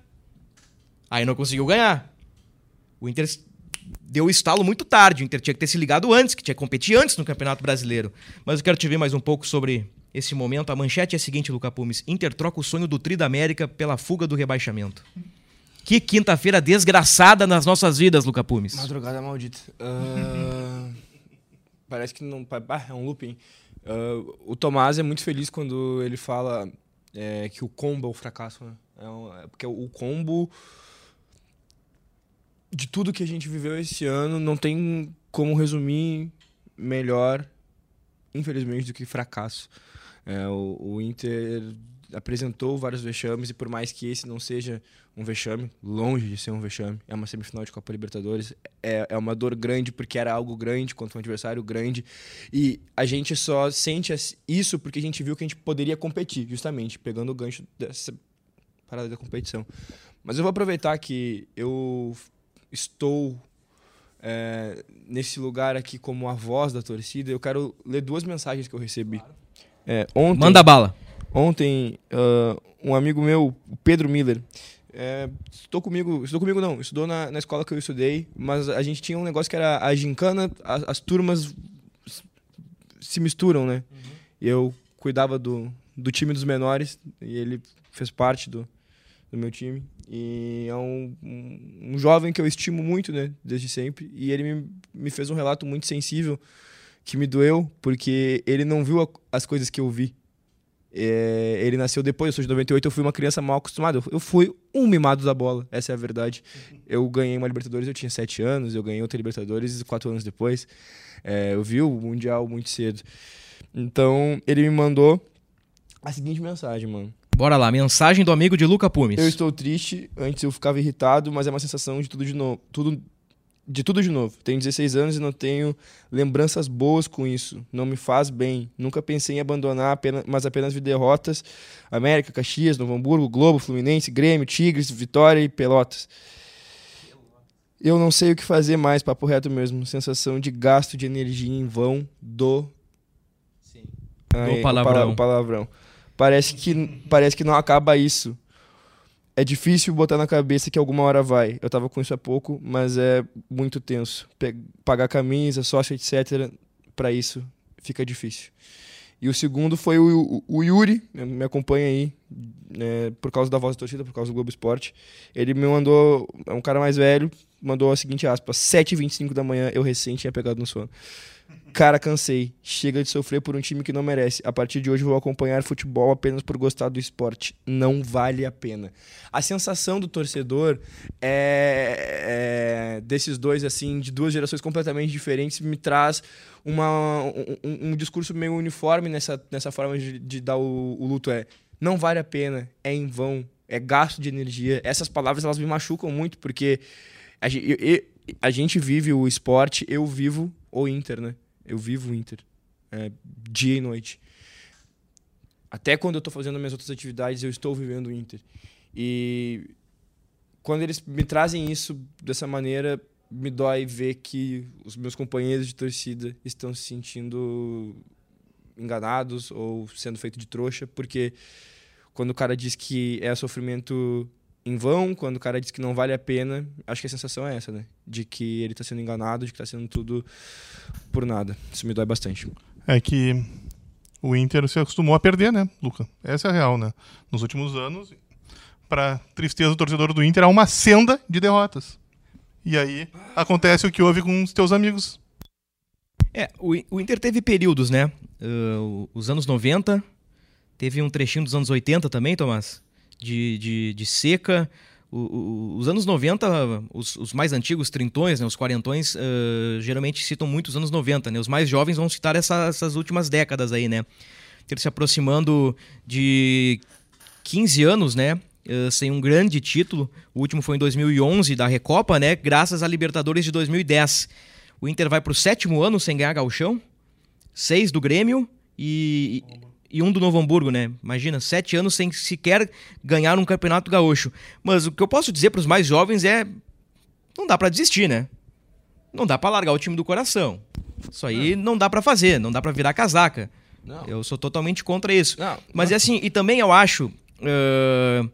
Aí não conseguiu ganhar. O Inter deu o estalo muito tarde. O Inter tinha que ter se ligado antes, que tinha que competir antes no Campeonato Brasileiro. Mas eu quero te ver mais um pouco sobre esse momento. A manchete é a seguinte, Luca Pumes. Inter troca o sonho do Tri da América pela fuga do rebaixamento. Que quinta-feira desgraçada nas nossas vidas, Luca Pumes. Madrugada maldita. Uh, parece que não... Ah, é um looping. Uh, o Tomás é muito feliz quando ele fala é, que o combo é o fracasso. Né? É um, é porque o combo de tudo que a gente viveu esse ano não tem como resumir melhor, infelizmente, do que fracasso. É, o, o Inter apresentou vários vexames e por mais que esse não seja um vexame, longe de ser um vexame, é uma semifinal de Copa Libertadores, é, é uma dor grande porque era algo grande contra um adversário grande e a gente só sente isso porque a gente viu que a gente poderia competir, justamente, pegando o gancho dessa cara da competição. Mas eu vou aproveitar que eu estou é, nesse lugar aqui como a voz da torcida. Eu quero ler duas mensagens que eu recebi. É, ontem, Manda bala. Ontem, uh, um amigo meu, o Pedro Miller, é, estudou comigo, estudou comigo não, estudou na, na escola que eu estudei, mas a gente tinha um negócio que era a gincana, as, as turmas se misturam, né? Uhum. Eu cuidava do, do time dos menores e ele fez parte do, do meu time. E é um, um, um jovem que eu estimo muito, né, desde sempre. E ele me, me fez um relato muito sensível que me doeu, porque ele não viu a, as coisas que eu vi. É, ele nasceu depois, eu sou de noventa e oito, eu fui uma criança mal acostumada. Eu, eu fui um mimado da bola, essa é a verdade. Eu ganhei uma Libertadores, eu tinha sete anos, eu ganhei outra Libertadores quatro anos depois. É, eu vi o Mundial muito cedo. Então, ele me mandou a seguinte mensagem, mano. Bora lá, mensagem do amigo de Luca Pumes. Eu estou triste, antes eu ficava irritado, mas é uma sensação de tudo de novo. Tudo, de tudo de novo. Tenho dezesseis anos e não tenho lembranças boas com isso. Não me faz bem. Nunca pensei em abandonar, apenas, mas apenas vi derrotas. América, Caxias, Novo Hamburgo, Globo, Fluminense, Grêmio, Tigres, Vitória e Pelotas. Eu não sei o que fazer mais, papo reto mesmo. Sensação de gasto de energia em vão do... Sim. Ai, do palavrão. O palavrão. Parece que, parece que não acaba isso. É difícil botar na cabeça que alguma hora vai. Eu tava com isso há pouco, mas é muito tenso. Pe- pagar camisa, sócio, etcétera. Pra isso fica difícil. E o segundo foi o, o, o Yuri, me acompanha aí, né, por causa da voz da torcida, por causa do Globo Esporte. Ele me mandou, é um cara mais velho, mandou a seguinte aspa: sete e vinte e cinco da manhã, eu recém tinha pegado no sono. Cara, cansei. Chega de sofrer por um time que não merece. A partir de hoje vou acompanhar futebol apenas por gostar do esporte. Não vale a pena. A sensação do torcedor é, é, desses dois, assim, de duas gerações completamente diferentes, me traz uma, um, um discurso meio uniforme nessa, nessa forma de, de dar o, o luto. É, não vale a pena, é em vão, é gasto de energia. Essas palavras, elas me machucam muito, porque a gente, eu, a gente vive o esporte, eu vivo o Inter, né? Eu vivo o Inter, é, dia e noite. Até quando eu estou fazendo minhas outras atividades, eu estou vivendo o Inter. E quando eles me trazem isso dessa maneira, me dói ver que os meus companheiros de torcida estão se sentindo enganados ou sendo feito de trouxa, porque quando o cara diz que é sofrimento em vão, quando o cara diz que não vale a pena, acho que a sensação é essa, né? De que ele tá sendo enganado, de que tá sendo tudo por nada. Isso me dói bastante. É que o Inter se acostumou a perder, né, Luca? Essa é a real, né? Nos últimos anos, pra tristeza do torcedor do Inter, há uma senda de derrotas. E aí acontece o que houve com os teus amigos. É, o, o Inter teve períodos, né? Uh, os anos noventa, teve um trechinho dos anos oitenta também, Tomás? De, de, de seca. O, o, os anos noventa, os, os mais antigos, trintões, né, os quarentões, uh, geralmente citam muito os anos noventa, né? Os mais jovens vão citar essa, essas últimas décadas aí, né? Ter se aproximando de quinze anos, né? Uh, sem um grande título. O último foi em dois mil e onze, da Recopa, né? Graças à Libertadores de dois mil e dez. O Inter vai pro sétimo ano sem ganhar gauchão. Seis do Grêmio e... e E um do Novo Hamburgo, né? Imagina, sete anos sem sequer ganhar um campeonato gaúcho. Mas o que eu posso dizer para os mais jovens é... Não dá para desistir, né? Não dá para largar o time do coração. Isso aí não, não dá para fazer, não dá para virar casaca. Não. Eu sou totalmente contra isso. Não, Mas não. é assim, e também eu acho uh,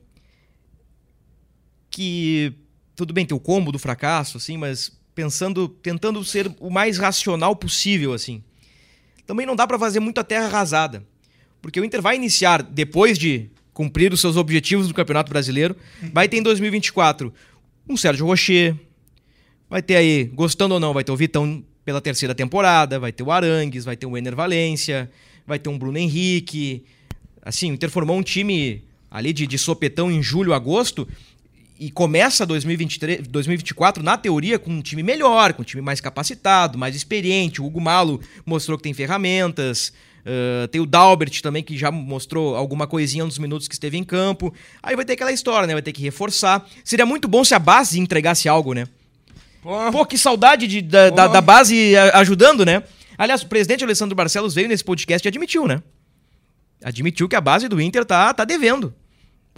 que... Tudo bem ter o combo do fracasso, assim, mas pensando, tentando ser o mais racional possível, assim. Também não dá para fazer muita terra arrasada. Porque o Inter vai iniciar, depois de cumprir os seus objetivos do Campeonato Brasileiro, vai ter em dois mil e vinte e quatro um Sérgio Rocher, vai ter aí, gostando ou não, vai ter o Vitão pela terceira temporada, vai ter o Arangues, vai ter o Ener Valencia, vai ter um Bruno Henrique. Assim, o Inter formou um time ali de, de sopetão em julho, agosto, e começa dois mil e vinte e três, dois mil e vinte e quatro, na teoria, com um time melhor, com um time mais capacitado, mais experiente. O Hugo Malo mostrou que tem ferramentas. Uh, tem o Dalbert também, que já mostrou alguma coisinha nos minutos que esteve em campo. Aí vai ter aquela história, né? Vai ter que reforçar. Seria muito bom se a base entregasse algo, né? Pô, Pô que saudade de, da, da, da base ajudando, né? Aliás, o presidente Alessandro Barcelos veio nesse podcast e admitiu, né? Admitiu que a base do Inter tá, tá devendo.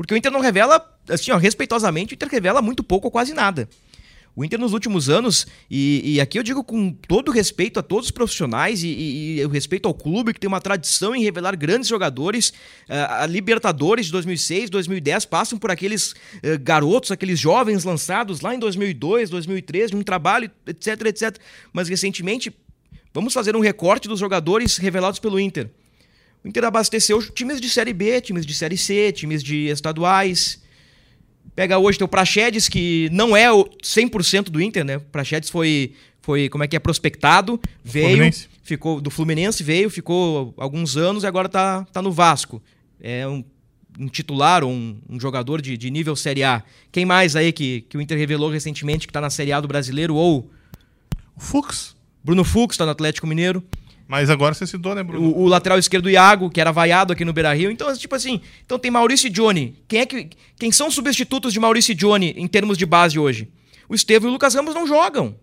Porque o Inter não revela, assim, ó, respeitosamente, o Inter revela muito pouco ou quase nada. O Inter nos últimos anos, e, e aqui eu digo com todo o respeito a todos os profissionais e, e, e o respeito ao clube, que tem uma tradição em revelar grandes jogadores, a, a Libertadores de dois mil e seis, dois mil e dez passam por aqueles uh, garotos, aqueles jovens lançados lá em dois mil e dois, dois mil e três, de um trabalho, etc, etcétera. Mas recentemente, vamos fazer um recorte dos jogadores revelados pelo Inter. O Inter abasteceu times de Série B, times de Série C, times de estaduais. Pega hoje teu Praxedes, que não é o cem por cento do Inter, né? O Praxedes foi, foi, como é que é, prospectado, veio, Fluminense. ficou do Fluminense, veio, ficou alguns anos e agora tá, tá no Vasco. É um, um titular ou um, um jogador de, de nível Série A. Quem mais aí que, que o Inter revelou recentemente que tá na Série A do Brasileiro? Ou O Fux. Bruno Fux, tá no Atlético Mineiro. Mas agora você citou, né, Bruno? O, o lateral esquerdo Iago, que era vaiado aqui no Beira-Rio. Então, tipo assim, então tem Maurício e Johnny. Quem, é que, quem são os substitutos de Maurício e Johnny em termos de base hoje? O Estevão e o Lucas Ramos não jogam.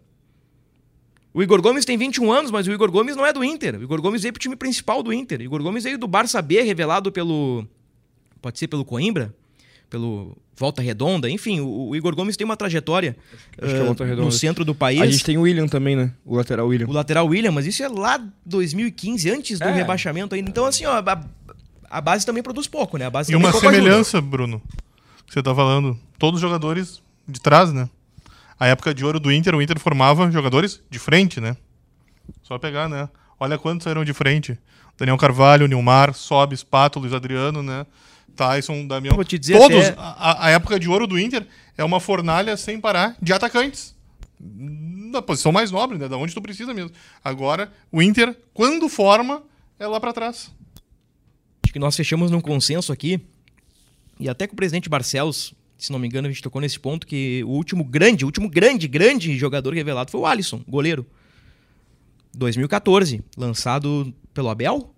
O Igor Gomes tem vinte e um anos, mas o Igor Gomes não é do Inter. O Igor Gomes veio pro time principal do Inter. O Igor Gomes veio do Barça B, revelado pelo... Pode ser pelo Coimbra? Pelo Volta Redonda? Enfim, o, o Igor Gomes tem uma trajetória Acho que é Volta uh, Redonda. no centro do país. A gente tem o William também, né? O lateral William. O lateral William, mas isso é lá dois mil e quinze, antes do É. rebaixamento ainda. Então, assim, ó, a, a base também produz pouco, né? A base E também uma pouco ajuda. semelhança, Bruno, que você tá falando. Todos os jogadores de trás, né? A época de ouro do Inter, o Inter formava jogadores de frente, né? Só pegar, né? Olha quantos saíram de frente. Daniel Carvalho, Nilmar, Sobis, Pato, Luiz Adriano, né? Tyson, Damião. Vou te dizer Todos. até- A, a época de ouro do Inter é uma fornalha sem parar de atacantes. Na posição mais nobre, né? Da onde tu precisa mesmo. Agora, o Inter, quando forma, é lá pra trás. Acho que nós fechamos num consenso aqui, e até com o presidente Barcelos, se não me engano, a gente tocou nesse ponto, que o último grande, o último grande, grande jogador revelado foi o Alisson, goleiro. dois mil e catorze, lançado pelo Abel,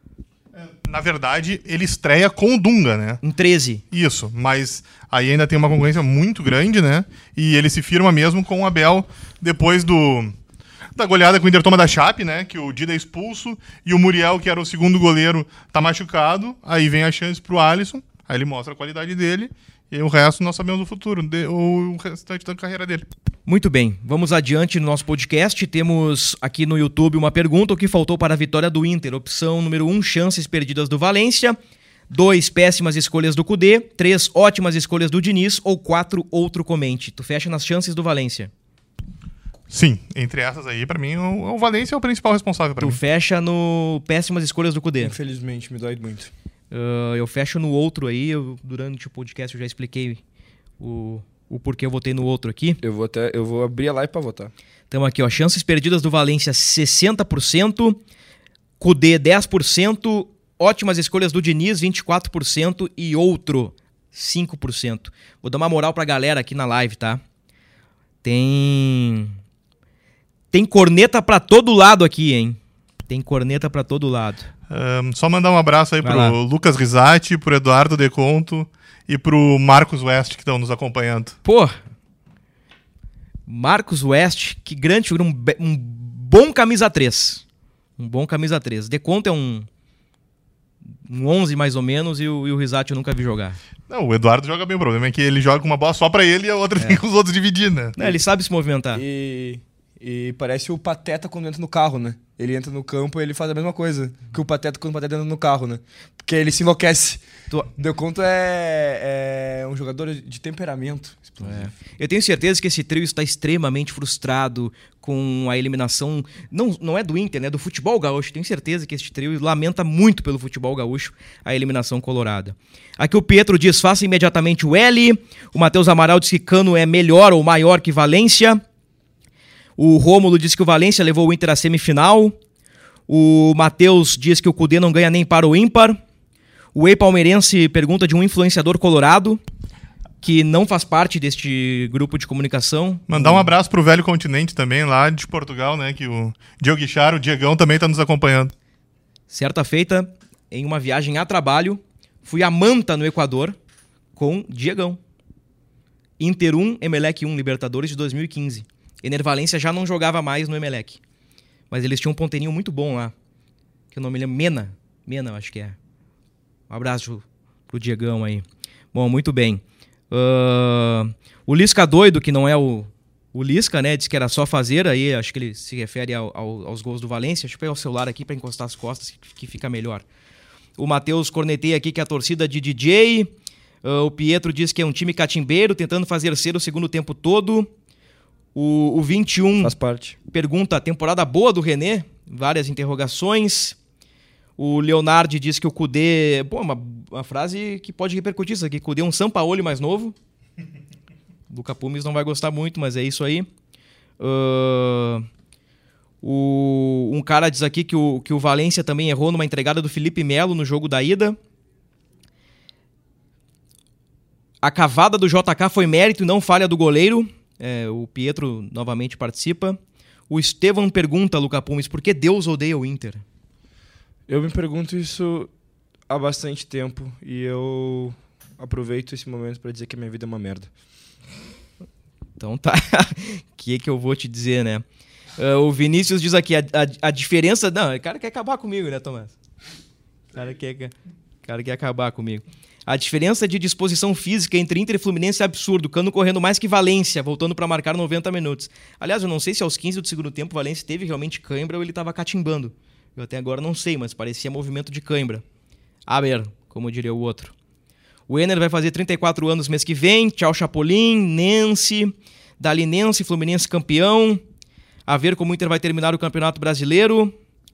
Na verdade, ele estreia com o Dunga, né? em treze. Isso, mas aí ainda tem uma concorrência muito grande, né? E ele se firma mesmo com o Abel depois do da goleada que o Inter toma da Chape, né? Que o Dida é expulso e o Muriel, que era o segundo goleiro, tá machucado. Aí vem a chance pro Alisson, aí ele mostra a qualidade dele e o resto nós sabemos o futuro, de, o restante da carreira dele. Muito bem, vamos adiante no nosso podcast. Temos aqui no YouTube uma pergunta: o que faltou para a vitória do Inter? Opção número um, chances perdidas do Valência. dois, péssimas escolhas do Cudê. três, ótimas escolhas do Diniz. Ou quatro, outro comente. Tu fecha nas chances do Valência. Sim, entre essas aí, pra mim, o, o Valência é o principal responsável pra Tu mim. fecha no péssimas escolhas do Cudê. Infelizmente, me dói muito. Uh, eu fecho no outro aí. Eu, durante o podcast eu já expliquei o, o porquê eu votei no outro aqui. Eu vou até, eu vou abrir a live pra votar. Então aqui, ó, chances perdidas do Valência sessenta por cento, Cudê dez por cento, ótimas escolhas do Diniz vinte e quatro por cento e outro cinco por cento. Vou dar uma moral pra galera aqui na live, tá? Tem tem corneta pra todo lado aqui, hein? Tem corneta pra todo lado. Um, só mandar um abraço aí Vai pro lá. Lucas Risati, pro Eduardo Deconto e pro Marcos West, que estão nos acompanhando. Pô, Marcos West, que grande figura, um, be- um bom camisa três. Um bom camisa três. De conta é um, um onze mais ou menos e o, e o Risati eu nunca vi jogar. Não, o Eduardo joga bem, o problema é que ele joga com uma bola só pra ele e a outra tem com os outros dividir, né? Não, ele sabe se movimentar. E, e parece o Pateta quando entra no carro, né? Ele entra no campo e ele faz a mesma coisa que o Pateta quando o Pateta entra no carro, né? Porque ele se enlouquece. Tu- Deu conta é, é um jogador de temperamento. É. Eu tenho certeza que esse trio está extremamente frustrado com a eliminação, não, não é do Inter, né? Do futebol gaúcho. Tenho certeza que esse trio lamenta muito pelo futebol gaúcho a eliminação colorada. Aqui o Pietro diz: faça imediatamente o L. O Matheus Amaral diz que Cano é melhor ou maior que Valência. O Rômulo diz que o Valência levou o Inter à semifinal. O Matheus diz que o Cudê não ganha nem para o ímpar. O Ei Palmeirense pergunta de um influenciador colorado que não faz parte deste grupo de comunicação. Mandar um abraço pro Velho Continente também, lá de Portugal, né? Que o Diego Guichar, o Diegão, também tá nos acompanhando. Certa feita, em uma viagem a trabalho, fui a Manta, no Equador, com Diegão. Inter um, Emelec um, Libertadores de dois mil e quinze. Ener Valência já não jogava mais no Emelec. Mas eles tinham um ponteirinho muito bom lá. Que eu não me lembro. Mena. Mena, eu acho que é. Um abraço pro Diegão aí. Bom, muito bem. Uh, o Lisca doido, que não é o, o Lisca, né? Diz que era só fazer, aí acho que ele se refere ao, ao, aos gols do Valência. Deixa eu pegar o celular aqui para encostar as costas, que, que fica melhor. O Matheus corneteia aqui que é a torcida de D J. Uh, o Pietro diz que é um time catimbeiro, tentando fazer ser o segundo tempo todo. O, o vinte e um Faz parte. Pergunta, temporada boa do René? Várias interrogações. O Leonardo diz que o Kudê... Pô, uma, uma frase que pode repercutir isso aqui. Kudê é um Sampaoli mais novo. Luca Pumes não vai gostar muito, mas é isso aí. Uh, o, um cara diz aqui que o, que o Valência também errou numa entregada do Felipe Melo no jogo da ida. A cavada do J K foi mérito e não falha do goleiro. É, o Pietro novamente participa. O Estevam pergunta, Luca Pumes, por que Deus odeia o Inter? Eu me pergunto isso há bastante tempo e eu aproveito esse momento para dizer que a minha vida é uma merda. Então tá, o que que eu vou te dizer, né? Uh, o Vinícius diz aqui, a, a, a diferença... Não, o cara quer acabar comigo, né, Tomás? O cara quer, o cara quer acabar comigo. A diferença de disposição física entre Inter e Fluminense é absurdo. Cano correndo mais que Valência, voltando para marcar noventa minutos. Aliás, eu não sei se aos quinze do segundo tempo o Valência teve realmente cãibra ou ele estava catimbando. Eu até agora não sei, mas parecia movimento de cãibra. A ver, como diria o outro. O Ener vai fazer trinta e quatro anos mês que vem. Tchau, Chapolin, Nense. Dali Nense, Fluminense campeão. A ver como o Inter vai terminar o Campeonato Brasileiro.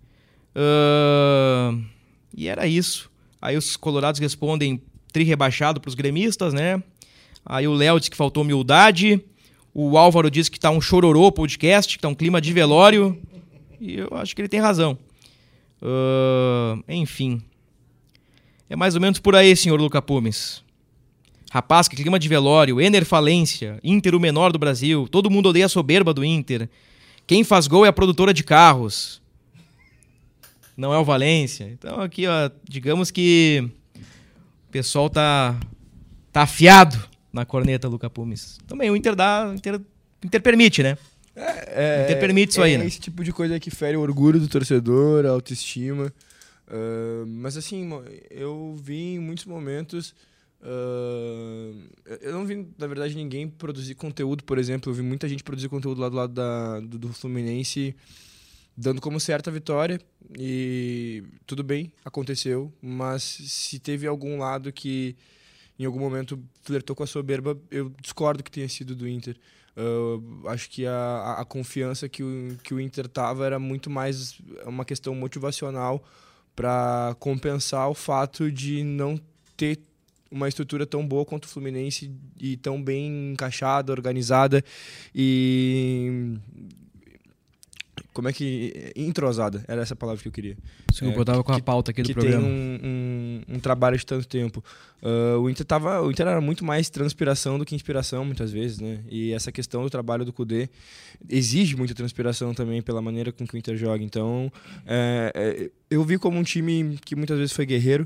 Uh... E era isso. Aí os colorados respondem tri rebaixado para os gremistas, né? Aí o Léo diz que faltou humildade. O Álvaro diz que tá um chororô podcast, que tá um clima de velório. E eu acho que ele tem razão. Uh, enfim. É mais ou menos por aí, senhor Luca Pumes. Rapaz, que clima de velório. Ener falência. Inter o menor do Brasil. Todo mundo odeia a soberba do Inter. Quem faz gol é a produtora de carros. Não é o Valência. Então aqui, ó, digamos que o pessoal tá, tá afiado na corneta, Luca Pumes. Também o Inter dá... O Inter, o Inter permite, né? É, o Inter permite isso é, aí, é né? esse tipo de coisa que fere o orgulho do torcedor, a autoestima. Uh, mas assim, eu vi em muitos momentos... Uh, eu não vi, na verdade, ninguém produzir conteúdo, por exemplo. Eu vi muita gente produzir conteúdo lá do lado da, do, do Fluminense, dando como certa a vitória. E tudo bem, aconteceu. Mas se teve algum lado que em algum momento flertou com a soberba, eu discordo que tenha sido do Inter. Uh, acho que a, a confiança que o, que o Inter tava era muito mais uma questão motivacional para compensar o fato de não ter uma estrutura tão boa quanto o Fluminense e tão bem encaixada, organizada e... Como é que... Entrosada, era essa palavra que eu queria. Desculpa, é, eu tava com a pauta aqui do que programa. Que tem um, um, um trabalho de tanto tempo. Uh, o, Inter tava, o Inter era muito mais transpiração do que inspiração, muitas vezes, né? E essa questão do trabalho do Kudê exige muita transpiração também pela maneira com que o Inter joga. Então, é, é, eu vi como um time que muitas vezes foi guerreiro.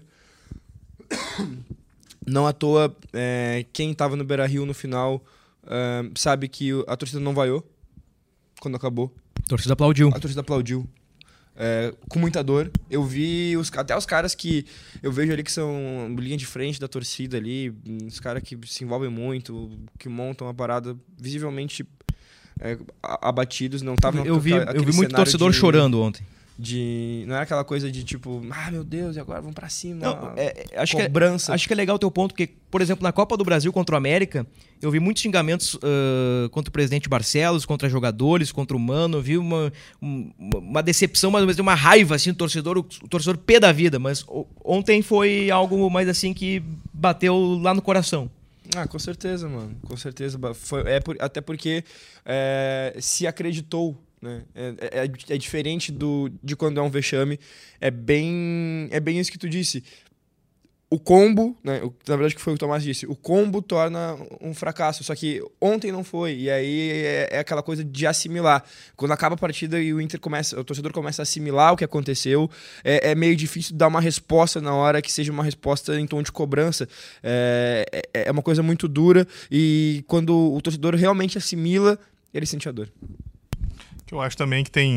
Não à toa, é, quem estava no Beira-Rio no final é, sabe que a torcida não vaiou quando acabou. A torcida aplaudiu. A torcida aplaudiu. É, com muita dor. Eu vi os, até os caras que eu vejo ali que são linha de frente da torcida ali, os caras que se envolvem muito, que montam a parada visivelmente é, abatidos. Não tava eu vi, eu vi muito torcedor de, chorando ontem. De, não era aquela coisa de tipo, ah, meu Deus, e agora vamos pra cima. Não, é, acho, cobrança. Que é, acho que é legal o teu ponto, porque, por exemplo, na Copa do Brasil contra o América, eu vi muitos xingamentos uh, contra o presidente Barcelos, contra jogadores, contra o Mano. Eu vi uma, uma, uma decepção, mas uma raiva assim, do torcedor, o, o torcedor pé da vida. Mas o, ontem foi algo mais assim que bateu lá no coração. Ah, com certeza, mano. Com certeza. Foi, é por, até porque é, se acreditou. Né? É, é, é diferente do, de quando é um vexame. É bem, é bem isso que tu disse. O combo, né? o, na verdade que foi o que o Tomás disse, o combo torna um fracasso, só que ontem não foi, e aí é, é aquela coisa de assimilar. Quando acaba a partida e o Inter começa, o torcedor começa a assimilar o que aconteceu, é, é meio difícil dar uma resposta na hora que seja uma resposta em tom de cobrança. É, é, é uma coisa muito dura, e quando o torcedor realmente assimila, ele sente a dor. Eu acho também que tem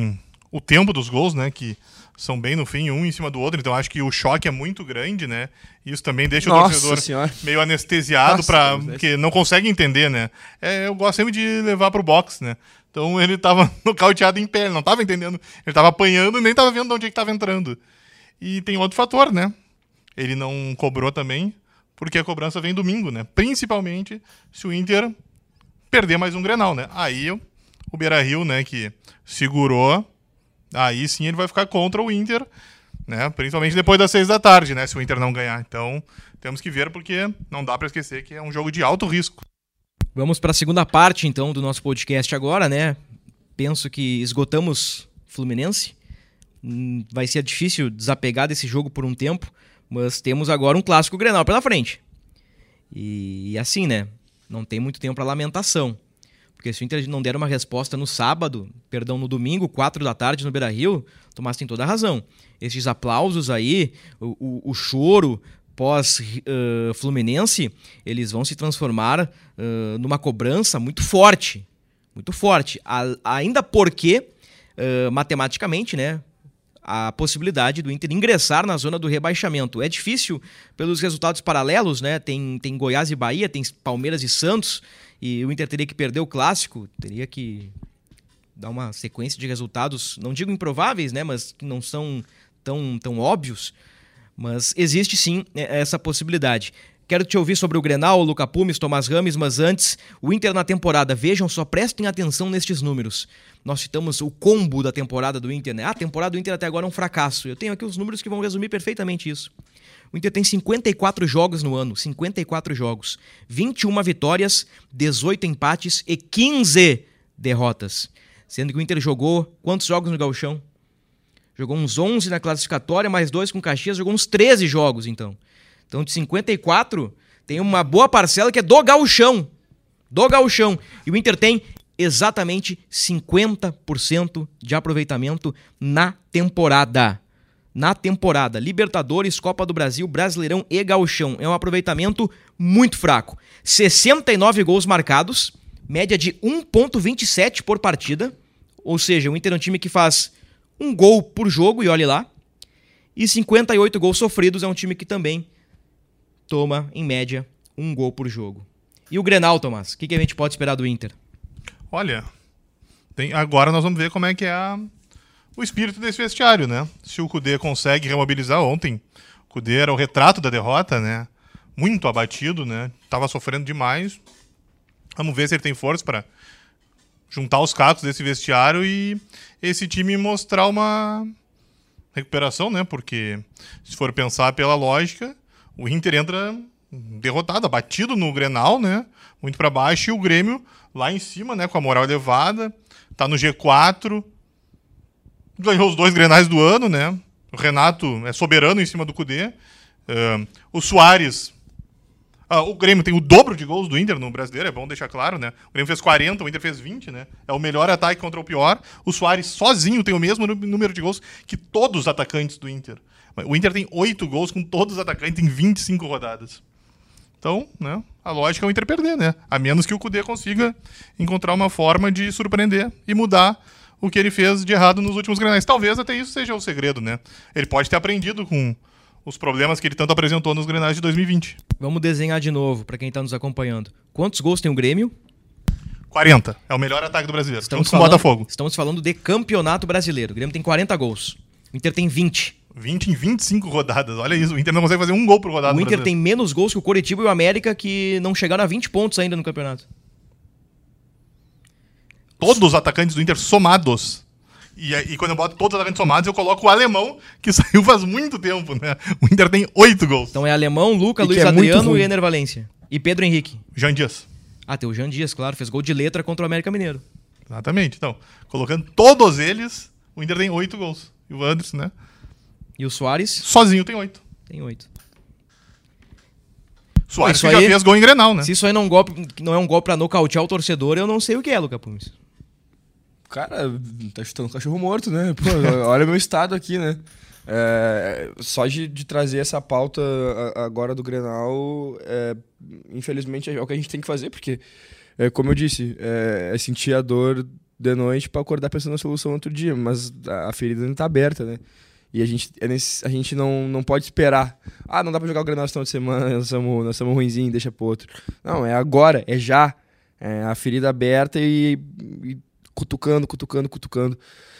o tempo dos gols, né? Que são bem no fim, um em cima do outro. Então acho que o choque é muito grande, né? E isso também deixa Nossa o torcedor senhora. meio anestesiado, pra, porque não consegue entender, né? É, eu gosto sempre de levar pro box, né? Então ele tava nocauteado em pé, ele não tava entendendo. Ele tava apanhando e nem tava vendo de onde é que tava entrando. E tem outro fator, né? Ele não cobrou também, porque a cobrança vem domingo, né? Principalmente se o Inter perder mais um Grenal, né? Aí o Beira-Rio, né, que segurou, aí sim ele vai ficar contra o Inter, né? Principalmente depois das seis da tarde, né? Se o Inter não ganhar. Então temos que ver, porque não dá para esquecer que é um jogo de alto risco. Vamos para a segunda parte, então, do nosso podcast agora, né? Penso que esgotamos Fluminense. Vai ser difícil desapegar desse jogo por um tempo, mas temos agora um clássico Grenal pela frente. E assim, né? Não tem muito tempo para lamentação. Porque se o Inter não der uma resposta no sábado, perdão, no domingo, quatro da tarde no Beira-Rio, Tomás tem toda a razão. Esses aplausos aí, o, o, o choro pós-Fluminense, uh, eles vão se transformar uh, numa cobrança muito forte. Muito forte. A, ainda porque, uh, matematicamente, né, a possibilidade do Inter ingressar na zona do rebaixamento. É difícil pelos resultados paralelos, né? Tem, tem Goiás e Bahia, tem Palmeiras e Santos, e o Inter teria que perder o clássico, teria que dar uma sequência de resultados, não digo improváveis, né? Mas que não são tão, tão óbvios. Mas existe sim essa possibilidade. Quero te ouvir sobre o Grenal, Luca Pumes, Tomás Rames, mas antes, o Inter na temporada. Vejam só, prestem atenção nestes números. Nós citamos o combo da temporada do Inter, né? Ah, a temporada do Inter até agora é um fracasso. Eu tenho aqui os números que vão resumir perfeitamente isso. O Inter tem cinquenta e quatro jogos no ano, cinquenta e quatro jogos. vinte e uma vitórias, dezoito empates e quinze derrotas. Sendo que o Inter jogou quantos jogos no Gauchão? Jogou uns onze na classificatória, mais dois com Caxias, jogou uns treze jogos, então. Então, de cinquenta e quatro, tem uma boa parcela que é do Gauchão. Do Gauchão. E o Inter tem exatamente cinquenta por cento de aproveitamento na temporada. Na temporada. Libertadores, Copa do Brasil, Brasileirão e Gauchão. É um aproveitamento muito fraco. sessenta e nove gols marcados, média de um vírgula vinte e sete por partida. Ou seja, o Inter é um time que faz um gol por jogo, e olhe lá. E cinquenta e oito gols sofridos, é um time que também toma, em média, um gol por jogo. E o Grenal, Tomás? O que, que a gente pode esperar do Inter? Olha, tem, agora nós vamos ver como é que é a, o espírito desse vestiário, né? Se o Kudê consegue remobilizar ontem. O Kudê era o retrato da derrota, né? Muito abatido, né? Tava sofrendo demais. Vamos ver se ele tem força para juntar os cacos desse vestiário e esse time mostrar uma recuperação, né? Porque se for pensar pela lógica, o Inter entra derrotado, abatido no Grenal, né? Muito para baixo, e o Grêmio lá em cima, né? Com a moral elevada, tá no G quatro, ganhou os dois Grenais do ano, né? O Renato é soberano em cima do Kudê. Uh, o Soares... Uh, o Grêmio tem o dobro de gols do Inter no Brasileiro, é bom deixar claro, né? O Grêmio fez quarenta, o Inter fez vinte, né? É o melhor ataque contra o pior. O Soares sozinho tem o mesmo número de gols que todos os atacantes do Inter. O Inter tem oito gols com todos os atacantes em vinte e cinco rodadas. Então, né, a lógica é o Inter perder, né? A menos que o Kudê consiga encontrar uma forma de surpreender e mudar o que ele fez de errado nos últimos Grenais. Talvez até isso seja o segredo, né? Ele pode ter aprendido com os problemas que ele tanto apresentou nos Grenais de dois mil e vinte. Vamos desenhar de novo, para quem está nos acompanhando. Quantos gols tem o Grêmio? quarenta. É o melhor ataque do brasileiro. Estamos junto com o falando, Botafogo. Estamos falando de campeonato brasileiro. O Grêmio tem quarenta gols. O Inter tem vinte. vinte em vinte e cinco rodadas. Olha isso. O Inter não consegue fazer um gol por rodada. O Inter tem menos gols que o Coritiba e o América, que não chegaram a vinte pontos ainda no campeonato. Todos os atacantes do Inter somados. E, e quando eu boto todos os atacantes somados, eu coloco o alemão, que saiu faz muito tempo, né? O Inter tem oito gols. Então é alemão, Luca, E Luiz que é Adriano muito e Ener Valencia. E Pedro Henrique. Jean Dias. Ah, tem o Jean Dias, claro. Fez gol de letra contra o América Mineiro. Exatamente. Então, colocando todos eles, o Inter tem oito gols. E o Anderson, né? E o Soares? Sozinho tem oito. Tem oito. Soares Isso que já aí- fez gol em Grenal, né? Se isso aí não, é um golpe, não é um golpe pra nocautear o torcedor, eu não sei o que é, Luca Pumes. Cara, tá chutando um cachorro morto, né? Pô, olha o meu estado aqui, né? É, só de, de trazer essa pauta a- agora do Grenal, é, infelizmente é o que a gente tem que fazer, porque, é, como eu disse, é, é sentir a dor de noite pra acordar pensando na solução outro dia, mas a, a ferida ainda tá aberta, né? E a gente, é nesse, a gente não, não pode esperar. Ah, não dá pra jogar o Grenal esse final de semana, nós somos, nós somos ruinzinhos, deixa pro outro. Não, é agora, é já. É a ferida aberta e, e cutucando, cutucando, cutucando.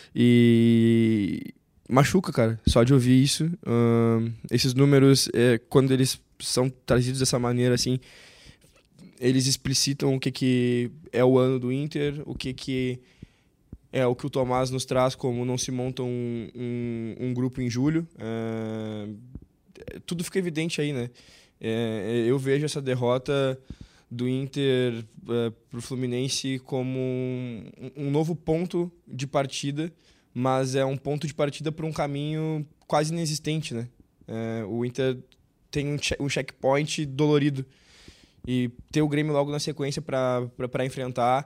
E machuca, cara, só de ouvir isso. Uh, esses números, é, quando eles são trazidos dessa maneira, assim, eles explicitam o que, que é o ano do Inter, o que, que é o que o Tomás nos traz, como não se monta um, um, um grupo em julho. Uh, tudo fica evidente aí, né? É, eu vejo essa derrota do Inter uh, pro Fluminense como um, um novo ponto de partida, mas é um ponto de partida para um caminho quase inexistente, né? Uh, o Inter tem um, che- um checkpoint dolorido e ter o Grêmio logo na sequência para enfrentar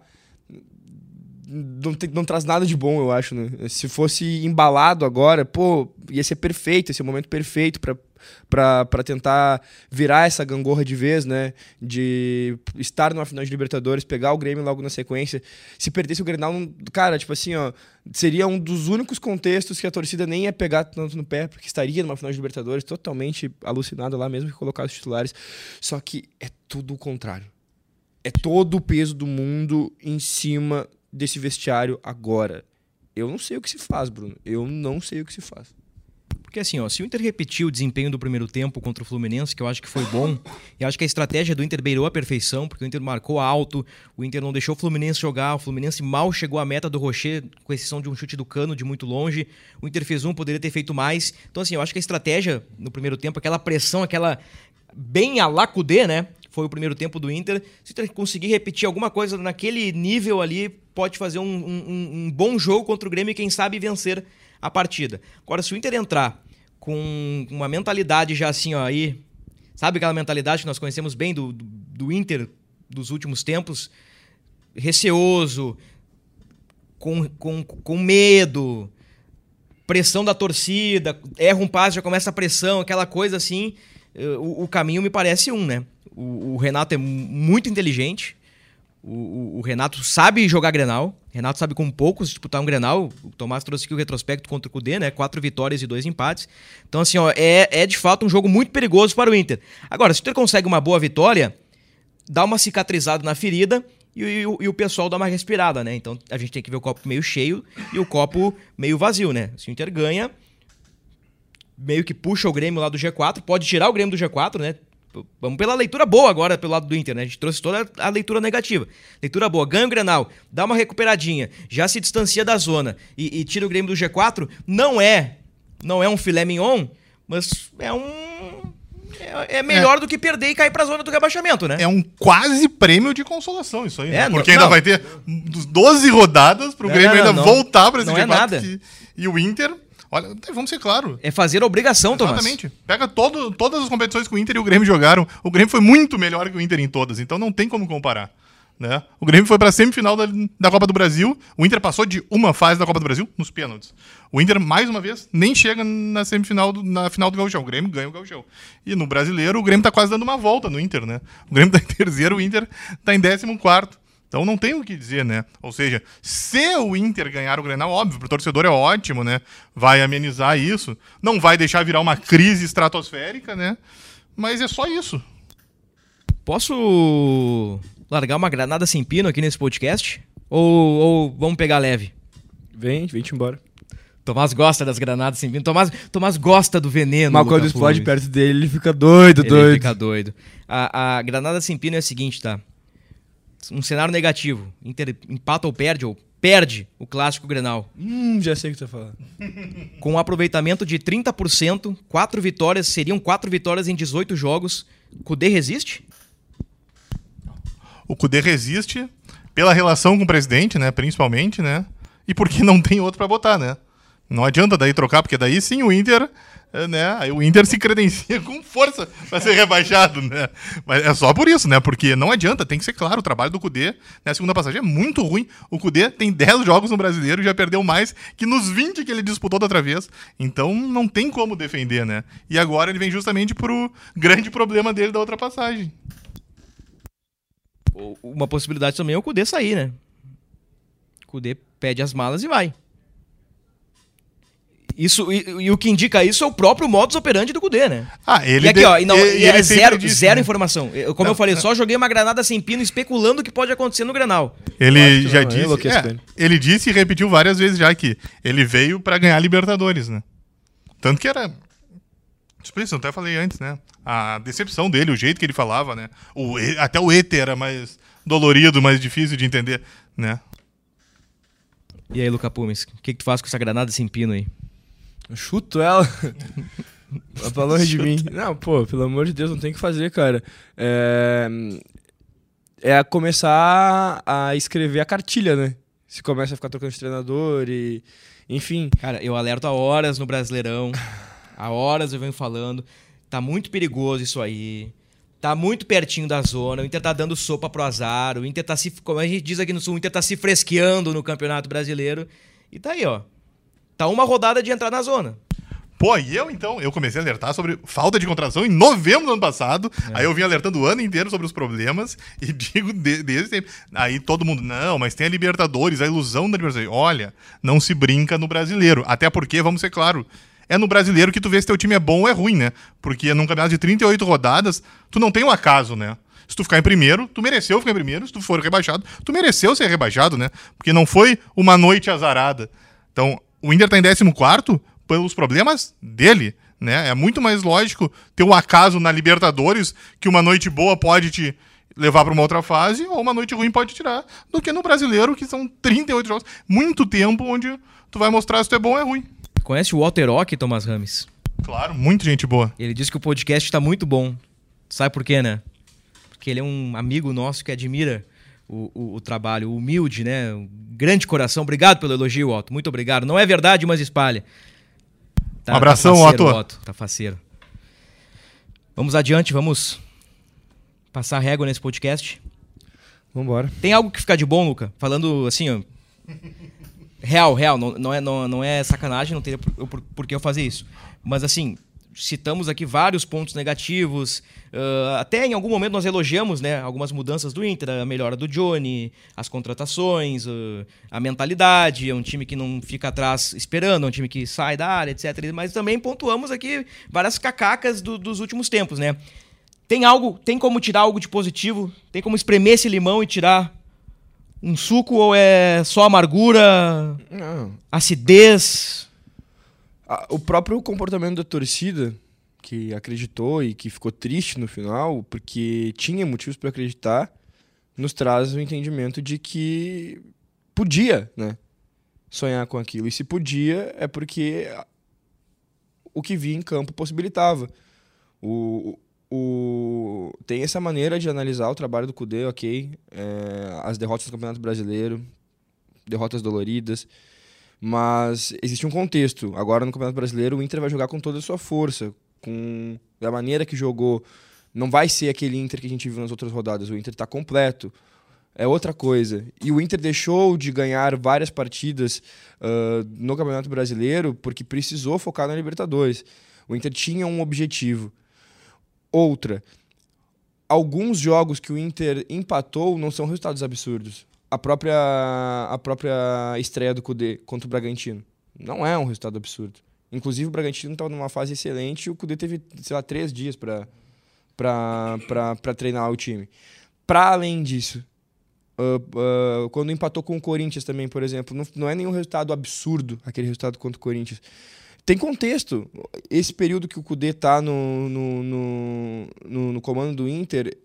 não, tem, não traz nada de bom, eu acho, né? Se fosse embalado agora, pô, ia ser perfeito, ia ser o momento perfeito para para tentar virar essa gangorra de vez, né? De estar numa final de Libertadores, pegar o Grêmio logo na sequência. Se perdesse o Grenal, não, cara, tipo assim, ó, seria um dos únicos contextos que a torcida nem ia pegar tanto no pé, porque estaria numa final de Libertadores totalmente alucinado lá, mesmo que colocar os titulares. Só que é tudo o contrário. É todo o peso do mundo em cima desse vestiário agora. Eu não sei o que se faz, Bruno. Eu não sei o que se faz. Porque assim, ó, se o Inter repetir o desempenho do primeiro tempo contra o Fluminense, que eu acho que foi bom, e acho que a estratégia do Inter beirou a perfeição, porque o Inter marcou alto, o Inter não deixou o Fluminense jogar, o Fluminense mal chegou à meta do Rocher, com exceção de um chute do Cano de muito longe, o Inter fez um, poderia ter feito mais. Então assim, eu acho que a estratégia no primeiro tempo, aquela pressão, aquela bem a lá Cudê, né? Foi o primeiro tempo do Inter. Se o Inter conseguir repetir alguma coisa naquele nível ali, pode fazer um, um, um bom jogo contra o Grêmio e quem sabe vencer a partida. Agora, se o Inter entrar com uma mentalidade já assim, ó, aí, sabe aquela mentalidade que nós conhecemos bem do, do, do Inter dos últimos tempos? Receoso, com, com, com medo, pressão da torcida, erra um passe, já começa a pressão, aquela coisa assim, o, o caminho me parece um, né? O, o Renato é muito inteligente, o, o, o Renato sabe jogar Grenal, o Renato sabe com poucos disputar um Grenal. O Tomás trouxe aqui o retrospecto contra o Cudê, né? Quatro vitórias e dois empates. Então, assim, ó, é, é de fato um jogo muito perigoso para o Inter. Agora, se o Inter consegue uma boa vitória, dá uma cicatrizada na ferida e, e, e o pessoal dá uma respirada, né? Então, a gente tem que ver o copo meio cheio e o copo meio vazio, né? Se o Inter ganha, meio que puxa o Grêmio lá do G quatro, pode tirar o Grêmio do G quatro, né? Vamos pela leitura boa agora pelo lado do Inter, né? A gente trouxe toda a leitura negativa. Leitura boa, ganha o Grenal, dá uma recuperadinha, já se distancia da zona e, e tira o Grêmio do G quatro. Não é, não é um filé mignon, mas é um... É, é melhor é. do que perder e cair pra zona do rebaixamento, né? É um quase prêmio de consolação isso aí, né? É, Porque não, ainda não. vai ter doze rodadas pro não, Grêmio não, ainda não, voltar pra esse não G quatro. É nada. Que, e o Inter... Olha, vamos ser claros. É fazer a obrigação, Tomás. Exatamente. Pega todo, todas as competições que o Inter e o Grêmio jogaram. O Grêmio foi muito melhor que o Inter em todas, então não tem como comparar. Né? O Grêmio foi para a semifinal da, da Copa do Brasil. O Inter passou de uma fase da Copa do Brasil nos pênaltis. O Inter, mais uma vez, nem chega na semifinal, do, na final do Gauchão. O Grêmio ganha o Gauchão. E no Brasileiro, o Grêmio tá quase dando uma volta no Inter, né? O Grêmio tá em terceiro, o Inter tá em décimo quarto. Então não tem o que dizer, né? Ou seja, se o Inter ganhar o Grenal, óbvio, pro torcedor é ótimo, né? Vai amenizar isso. Não vai deixar virar uma crise estratosférica, né? Mas é só isso. Posso largar uma granada sem pino aqui nesse podcast? Ou, ou vamos pegar leve? Vem, vem-te embora. Tomás gosta das granadas sem pino. Tomás, Tomás gosta do veneno. Mas quando explode perto dele, ele fica doido, ele doido. Ele fica doido. A, a granada sem pino é a seguinte, tá? Um cenário negativo. Inter empata ou perde, ou perde o clássico Grenal. Hum, já sei o que você fala. Com um aproveitamento de trinta por cento, quatro vitórias, seriam quatro vitórias em dezoito jogos. Cudê resiste? O Cudê resiste pela relação com o presidente, né, principalmente, né? E porque não tem outro pra botar, né? Não adianta daí trocar, porque daí sim o Inter, né? Aí o Inter se credencia com força pra ser rebaixado, né? Mas é só por isso, né? Porque não adianta, tem que ser claro, o trabalho do Cudê, né? A segunda passagem é muito ruim. O Cudê tem dez jogos no Brasileiro e já perdeu mais que nos vinte que ele disputou da outra vez. Então não tem como defender, né? E agora ele vem justamente pro grande problema dele da outra passagem. Uma possibilidade também é o Cudê sair, né? Kudê pede as malas e vai. Isso, e, e o que indica isso é o próprio modus operandi do Kudê, né? Ah, ele e aqui, de... ó, e não, ele, e é ele zero, disse, zero né? informação. Eu, como não, eu falei, não. só joguei uma granada sem pino especulando o que pode acontecer no Grenal. Ele já não, eu disse, enlouqueço com é, ele. ele disse e repetiu várias vezes já que ele veio pra ganhar Libertadores, né? Tanto que era, tipo isso, eu até falei antes, né? A decepção dele, o jeito que ele falava, né? O, e- até o E T era mais dolorido, mais difícil de entender, né? E aí, Luca Pumes, o que, que tu faz com essa granada sem pino aí? Eu chuto ela. Vai pra longe de mim. Não, pô, pelo amor de Deus, não tem o que fazer, cara. É... é começar a escrever a cartilha, né? Se começa a ficar trocando de treinador e... Enfim. Cara, eu alerto há horas no Brasileirão. Há horas eu venho falando. Tá muito perigoso isso aí. Tá muito pertinho da zona. O Inter tá dando sopa pro azar. O Inter tá se... Como a gente diz aqui no Sul, o Inter tá se fresqueando no Campeonato Brasileiro. E tá aí, ó. Tá uma rodada de entrar na zona. Pô, e eu então, eu comecei a alertar sobre falta de contratação em novembro do ano passado. É. Aí eu vim alertando o ano inteiro sobre os problemas e digo de- desde sempre. Aí todo mundo, não, mas tem a Libertadores, a ilusão da Libertadores. Olha, não se brinca no brasileiro. Até porque, vamos ser claro, é no brasileiro que tu vê se teu time é bom ou é ruim, né? Porque num campeonato de trinta e oito rodadas, tu não tem um acaso, né? Se tu ficar em primeiro, tu mereceu ficar em primeiro. Se tu for rebaixado, tu mereceu ser rebaixado, né? Porque não foi uma noite azarada. Então, o Inter tá em décimo quarto pelos problemas dele, né? É muito mais lógico ter um acaso na Libertadores que uma noite boa pode te levar para uma outra fase ou uma noite ruim pode tirar, do que no brasileiro, que são trinta e oito jogos. Muito tempo onde tu vai mostrar se tu é bom ou é ruim. Conhece o Walter Ock, Tomás Rames? Claro, muita gente boa. Ele disse que o podcast tá muito bom. Sabe por quê, né? Porque ele é um amigo nosso que admira o, o, o trabalho, o humilde, né? Um grande coração. Obrigado pelo elogio, Otto. Muito obrigado. Não é verdade, mas espalha. Tá, Um abração, tá faceiro, Otto. Otto. Tá faceiro. Vamos adiante, vamos passar régua nesse podcast. Vambora. Tem algo que ficar de bom, Luca? Falando assim, ó. Real, real. Não, não, é, não, não é sacanagem, não teria por, por, por que eu fazer isso. Mas assim, citamos aqui vários pontos negativos. Uh, até em algum momento nós elogiamos, né, algumas mudanças do Inter, a melhora do Johnny, as contratações, uh, a mentalidade. É um time que não fica atrás esperando, é um time que sai da área, etcétera. Mas também pontuamos aqui várias cacacas do, dos últimos tempos, né? Tem algo, tem como tirar algo de positivo? Tem como espremer esse limão e tirar um suco, ou é só amargura, Não. acidez? Ah, o próprio comportamento da torcida, que acreditou e que ficou triste no final, porque tinha motivos para acreditar, nos traz o entendimento de que podia, né, sonhar com aquilo. E se podia, é porque o que via em campo possibilitava. O, o, tem essa maneira de analisar o trabalho do Kudê, ok, é, as derrotas do Campeonato Brasileiro, derrotas doloridas, mas existe um contexto. Agora no Campeonato Brasileiro o Inter vai jogar com toda a sua força, com da maneira que jogou. Não vai ser aquele Inter que a gente viu nas outras rodadas. O Inter está completo. É outra coisa. E o Inter deixou de ganhar várias partidas uh, no Campeonato Brasileiro porque precisou focar na Libertadores. O Inter tinha um objetivo. Outra, alguns jogos que o Inter empatou não são resultados absurdos. A própria, a própria estreia do Kudê contra o Bragantino não é um resultado absurdo. Inclusive o Bragantino estava numa fase excelente e o Kudê teve, sei lá, três dias para para treinar o time. Para além disso, uh, uh, quando empatou com o Corinthians também, por exemplo, não, não é nenhum resultado absurdo aquele resultado contra o Corinthians. Tem contexto. Esse período que o Kudê está no, no, no, no, no comando do Inter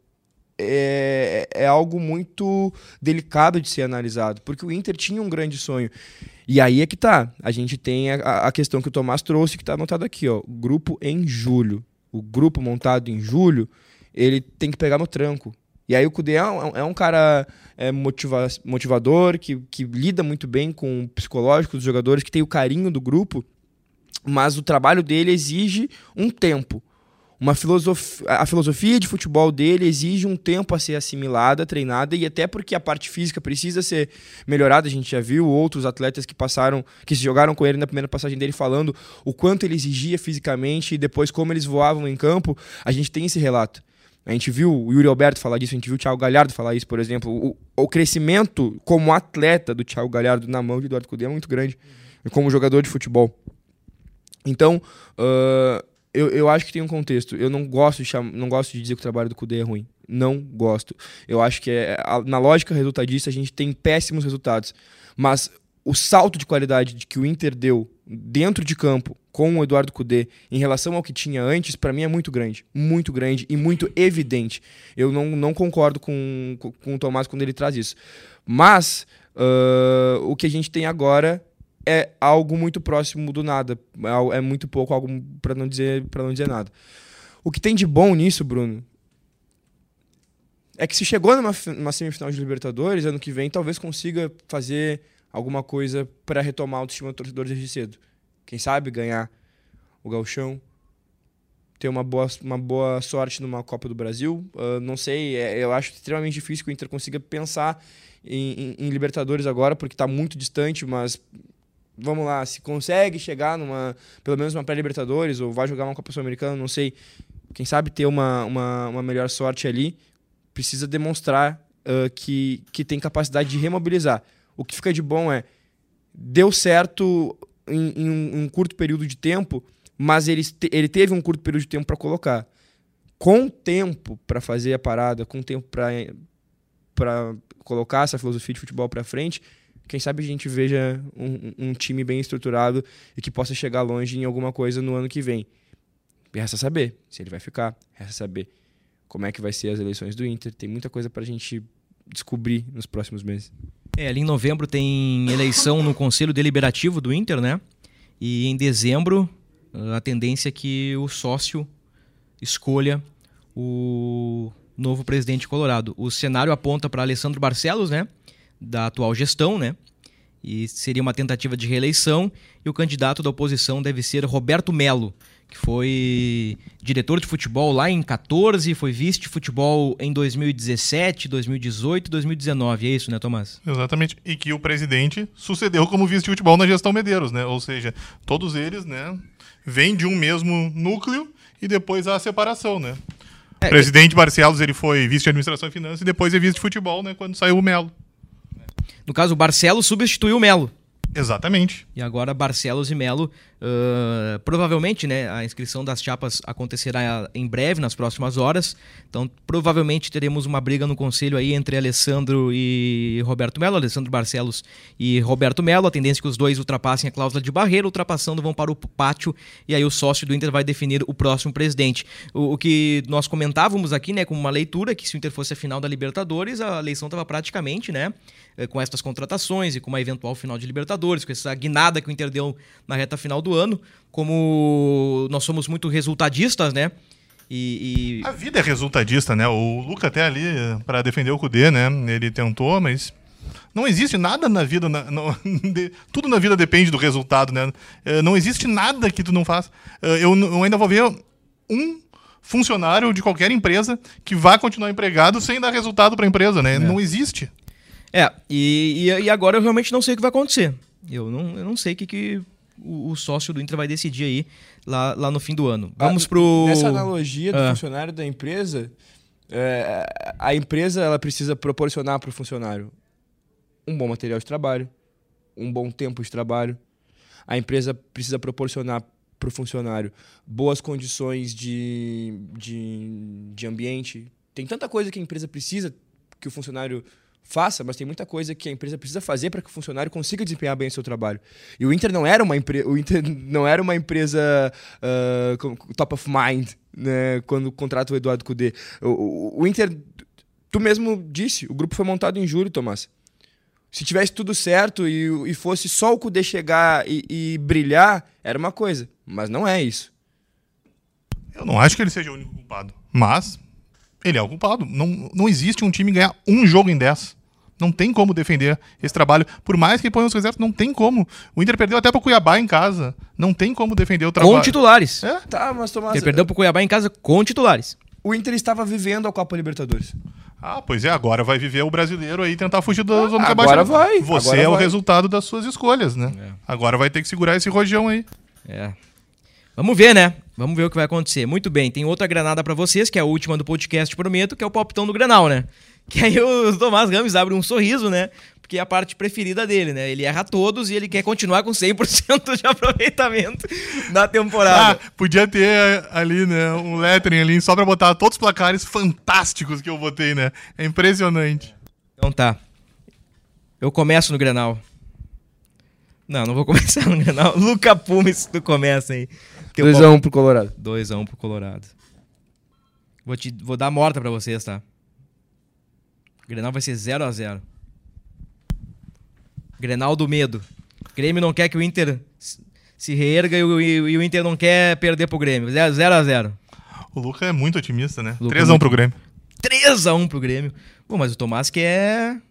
é, é algo muito delicado de ser analisado, porque o Inter tinha um grande sonho. E aí é que tá. A gente tem a, a questão que o Tomás trouxe, que está anotado aqui, ó, grupo em julho. O grupo montado em julho, ele tem que pegar no tranco. E aí o Kudê é um, é um cara é, motiva, motivador, que, que lida muito bem com o psicológico dos jogadores, que tem o carinho do grupo, mas o trabalho dele exige um tempo. Uma filosofia, a filosofia de futebol dele exige um tempo a ser assimilada, treinada, e até porque a parte física precisa ser melhorada. A gente já viu outros atletas que passaram, que se jogaram com ele na primeira passagem dele, falando o quanto ele exigia fisicamente e depois como eles voavam em campo. A gente tem esse relato. A gente viu o Yuri Alberto falar disso, a gente viu o Thiago Galhardo falar isso, por exemplo. O, o crescimento como atleta do Thiago Galhardo na mão de Eduardo Cudê é muito grande, como jogador de futebol. Então, uh, eu, eu acho que tem um contexto. Eu não gosto, de cham- não gosto de dizer que o trabalho do Cudê é ruim. Não gosto. Eu acho que é, na lógica resultadista a gente tem péssimos resultados. Mas o salto de qualidade de que o Inter deu dentro de campo com o Eduardo Cudê em relação ao que tinha antes, para mim é muito grande. Muito grande e muito evidente. Eu não, não concordo com, com, com o Tomás quando ele traz isso. Mas uh, o que a gente tem agora é algo muito próximo do nada. É, é muito pouco, algo para não dizer, para não dizer nada. O que tem de bom nisso, Bruno, é que se chegou numa, numa semifinal de Libertadores, ano que vem talvez consiga fazer alguma coisa para retomar o autoestima do torcedor desde cedo. Quem sabe ganhar o Gauchão, ter uma boa, uma boa sorte numa Copa do Brasil. Uh, não sei, é, eu acho extremamente difícil que o Inter consiga pensar em, em, em Libertadores agora, porque está muito distante, mas vamos lá, se consegue chegar numa, pelo menos uma pré-Libertadores, ou vai jogar uma Copa Sul-Americana, não sei, quem sabe ter uma, uma, uma melhor sorte ali, precisa demonstrar uh, que, que tem capacidade de remobilizar. O que fica de bom é, deu certo em, em um, um curto período de tempo, mas ele, te, ele teve um curto período de tempo para colocar. Com tempo para fazer a parada, com tempo para colocar essa filosofia de futebol para frente, quem sabe a gente veja um, um time bem estruturado e que possa chegar longe em alguma coisa no ano que vem. Resta saber se ele vai ficar, resta saber como é que vai ser as eleições do Inter. Tem muita coisa para a gente descobrir nos próximos meses. É, ali em novembro tem eleição no Conselho Deliberativo do Inter, né? E em dezembro a tendência é que o sócio escolha o novo presidente colorado. O cenário aponta para Alessandro Barcelos, né? Da atual gestão, né? E seria uma tentativa de reeleição. E o candidato da oposição deve ser Roberto Melo, que foi diretor de futebol lá em catorze, foi vice de futebol em dois mil e dezessete, dois mil e dezoito e dois mil e dezenove. É isso, né, Tomás? Exatamente. E que o presidente sucedeu como vice de futebol na gestão Medeiros, né? Ou seja, todos eles, né, vêm de um mesmo núcleo e depois há a separação, né? É, o presidente Barcelos, ele foi vice de administração e finanças e depois é vice de futebol, né, quando saiu o Melo. No caso, o Barcelos substituiu o Melo. Exatamente. E agora Barcelos e Melo, uh, provavelmente, né, a inscrição das chapas acontecerá em breve, nas próximas horas. Então, provavelmente teremos uma briga no conselho aí entre Alessandro e Roberto Melo, Alessandro Barcelos e Roberto Melo. A tendência é que os dois ultrapassem a cláusula de barreira, ultrapassando vão para o pátio e aí o sócio do Inter vai definir o próximo presidente. O, o que nós comentávamos aqui, né, como uma leitura, que se o Inter fosse a final da Libertadores, a eleição estava praticamente, né, com estas contratações e com uma eventual final de Libertadores, com essa guinada que o Inter deu na reta final do ano. Como nós somos muito resultadistas, né? E, e... A vida é resultadista, né? O Luca até ali, para defender o Cudê, né? Ele tentou, mas não existe nada na vida, na, no, de, tudo na vida depende do resultado, né? Não existe nada que tu não faça. Eu, eu ainda vou ver um funcionário de qualquer empresa que vá continuar empregado sem dar resultado para a empresa, né? É. Não existe. É, e, e agora eu realmente não sei o que vai acontecer. Eu não, eu não sei o que, que o, o sócio do Inter vai decidir aí lá, lá no fim do ano. Vamos ah, pro... Nessa analogia do ah. funcionário da empresa, é, a empresa ela precisa proporcionar para o funcionário um bom material de trabalho, um bom tempo de trabalho. A empresa precisa proporcionar para o funcionário boas condições de, de, de ambiente. Tem tanta coisa que a empresa precisa que o funcionário faça, mas tem muita coisa que a empresa precisa fazer para que o funcionário consiga desempenhar bem o seu trabalho. E o Inter não era uma, empre... o Inter não era uma empresa uh, top of mind, né, quando contrata o Eduardo Cudê. O, o, o Inter, tu mesmo disse, o grupo foi montado em julho, Tomás. Se tivesse tudo certo e, e fosse só o Cudê chegar e, e brilhar, era uma coisa. Mas não é isso. Eu não acho que ele seja o único culpado. Mas ele é o culpado. Não, não existe um time ganhar um jogo em dez. Não tem como defender esse trabalho. Por mais que ponha os reservas, não tem como. O Inter perdeu até para o Cuiabá em casa. Não tem como defender o trabalho. Com titulares. É? Tá, mas Tomás... Ele perdeu para o Cuiabá em casa com titulares. O Inter estava vivendo a Copa Libertadores. Ah, pois é. Agora vai viver o brasileiro aí e tentar fugir da zona ah, de Agora vai. Você agora é vai. o resultado das suas escolhas, né? É. Agora vai ter que segurar esse rojão aí. É. Vamos ver, né? Vamos ver o que vai acontecer. Muito bem, tem outra granada pra vocês, que é a última do podcast, prometo, que é o palpitão do Grenal, né? Que aí o Tomás Ramos abre um sorriso, né? Porque é a parte preferida dele, né? Ele erra todos e ele quer continuar com cem por cento de aproveitamento na temporada. Ah, podia ter ali, né, um lettering ali só pra botar todos os placares fantásticos que eu botei, né? É impressionante. Então tá. Eu começo no Grenal. Não, não vou começar no Grenal. Luca Pumes, tu começa aí. dois a um pro Colorado. dois a um pro Colorado. Vou, te, vou dar morta pra vocês, tá? O Grenal vai ser zero a zero. Grenal do medo. O Grêmio não quer que o Inter se reerga e o, e o Inter não quer perder pro Grêmio. zero a zero. O Luca é muito otimista, né? Luca três a um pro Grêmio. três a um pro Grêmio. Bom, mas o Tomás quer...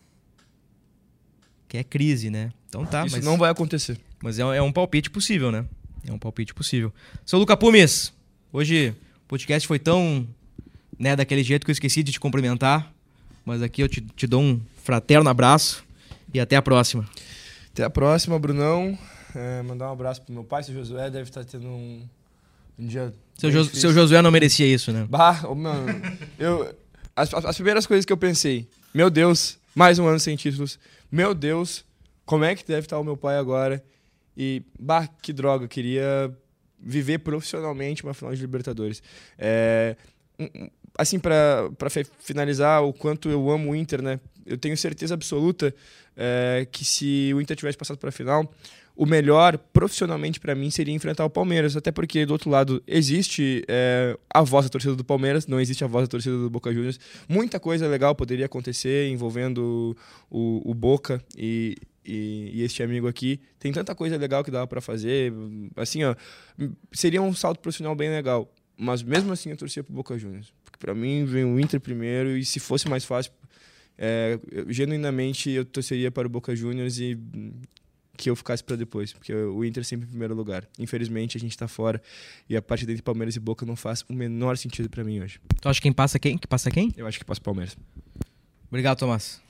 Quer crise, né? Então tá, Isso mas... não vai acontecer. Mas é, é um palpite possível, né? É um palpite possível. Seu Luca Pumes, hoje o podcast foi tão, né, daquele jeito que eu esqueci de te cumprimentar, mas aqui eu te, te dou um fraterno abraço e até a próxima. Até a próxima, Brunão. É, mandar um abraço pro meu pai, seu Josué, deve estar tendo um, um dia... Seu, jo, seu Josué não merecia isso, né? Bah, oh, mano, eu... As, as primeiras coisas que eu pensei, meu Deus, mais um ano sem títulos, meu Deus, como é que deve estar o meu pai agora? E, bah, que droga, eu queria viver profissionalmente uma final de Libertadores. É, assim, para finalizar, o quanto eu amo o Inter, né? Eu tenho certeza absoluta é, que se o Inter tivesse passado para a final, o melhor profissionalmente para mim seria enfrentar o Palmeiras, até porque do outro lado existe é, a voz da torcida do Palmeiras, não existe a voz da torcida do Boca Juniors. Muita coisa legal poderia acontecer envolvendo o, o Boca e, e, e este amigo aqui. Tem tanta coisa legal que dava para fazer, assim, ó, seria um salto profissional bem legal, mas mesmo assim eu torcia pro Boca Juniors, porque para mim vem o Inter primeiro e se fosse mais fácil, é, eu, genuinamente eu torceria para o Boca Juniors e que eu ficasse para depois, porque o Inter sempre em primeiro lugar. Infelizmente, a gente tá fora e a partida entre Palmeiras e Boca não faz o menor sentido para mim hoje. Tu acha que quem passa quem? Que passa quem? Eu acho que passa o Palmeiras. Obrigado, Tomás.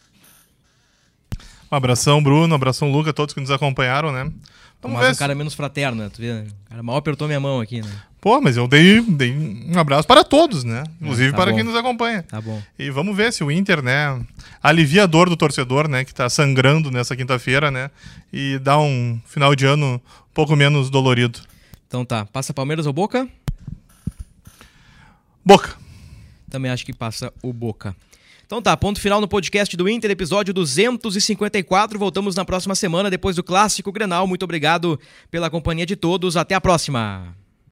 Um abração, Bruno, um abração, Luca, todos que nos acompanharam, né? Vamos Tomás é ver um cara menos fraterno, né? Tu vê, né? O cara mal apertou minha mão aqui, né? Pô, mas eu dei, dei um abraço para todos, né? Inclusive É, tá para bom. quem nos acompanha. Tá bom. E vamos ver se o Inter, né, alivia a dor do torcedor, né, que tá sangrando nessa quinta-feira, né, e dá um final de ano um pouco menos dolorido. Então tá. Passa Palmeiras ou Boca? Boca. Também acho que passa o Boca. Então tá, ponto final no podcast do Inter, episódio duzentos e cinquenta e quatro. Voltamos na próxima semana, depois do Clássico Grenal. Muito obrigado pela companhia de todos. Até a próxima.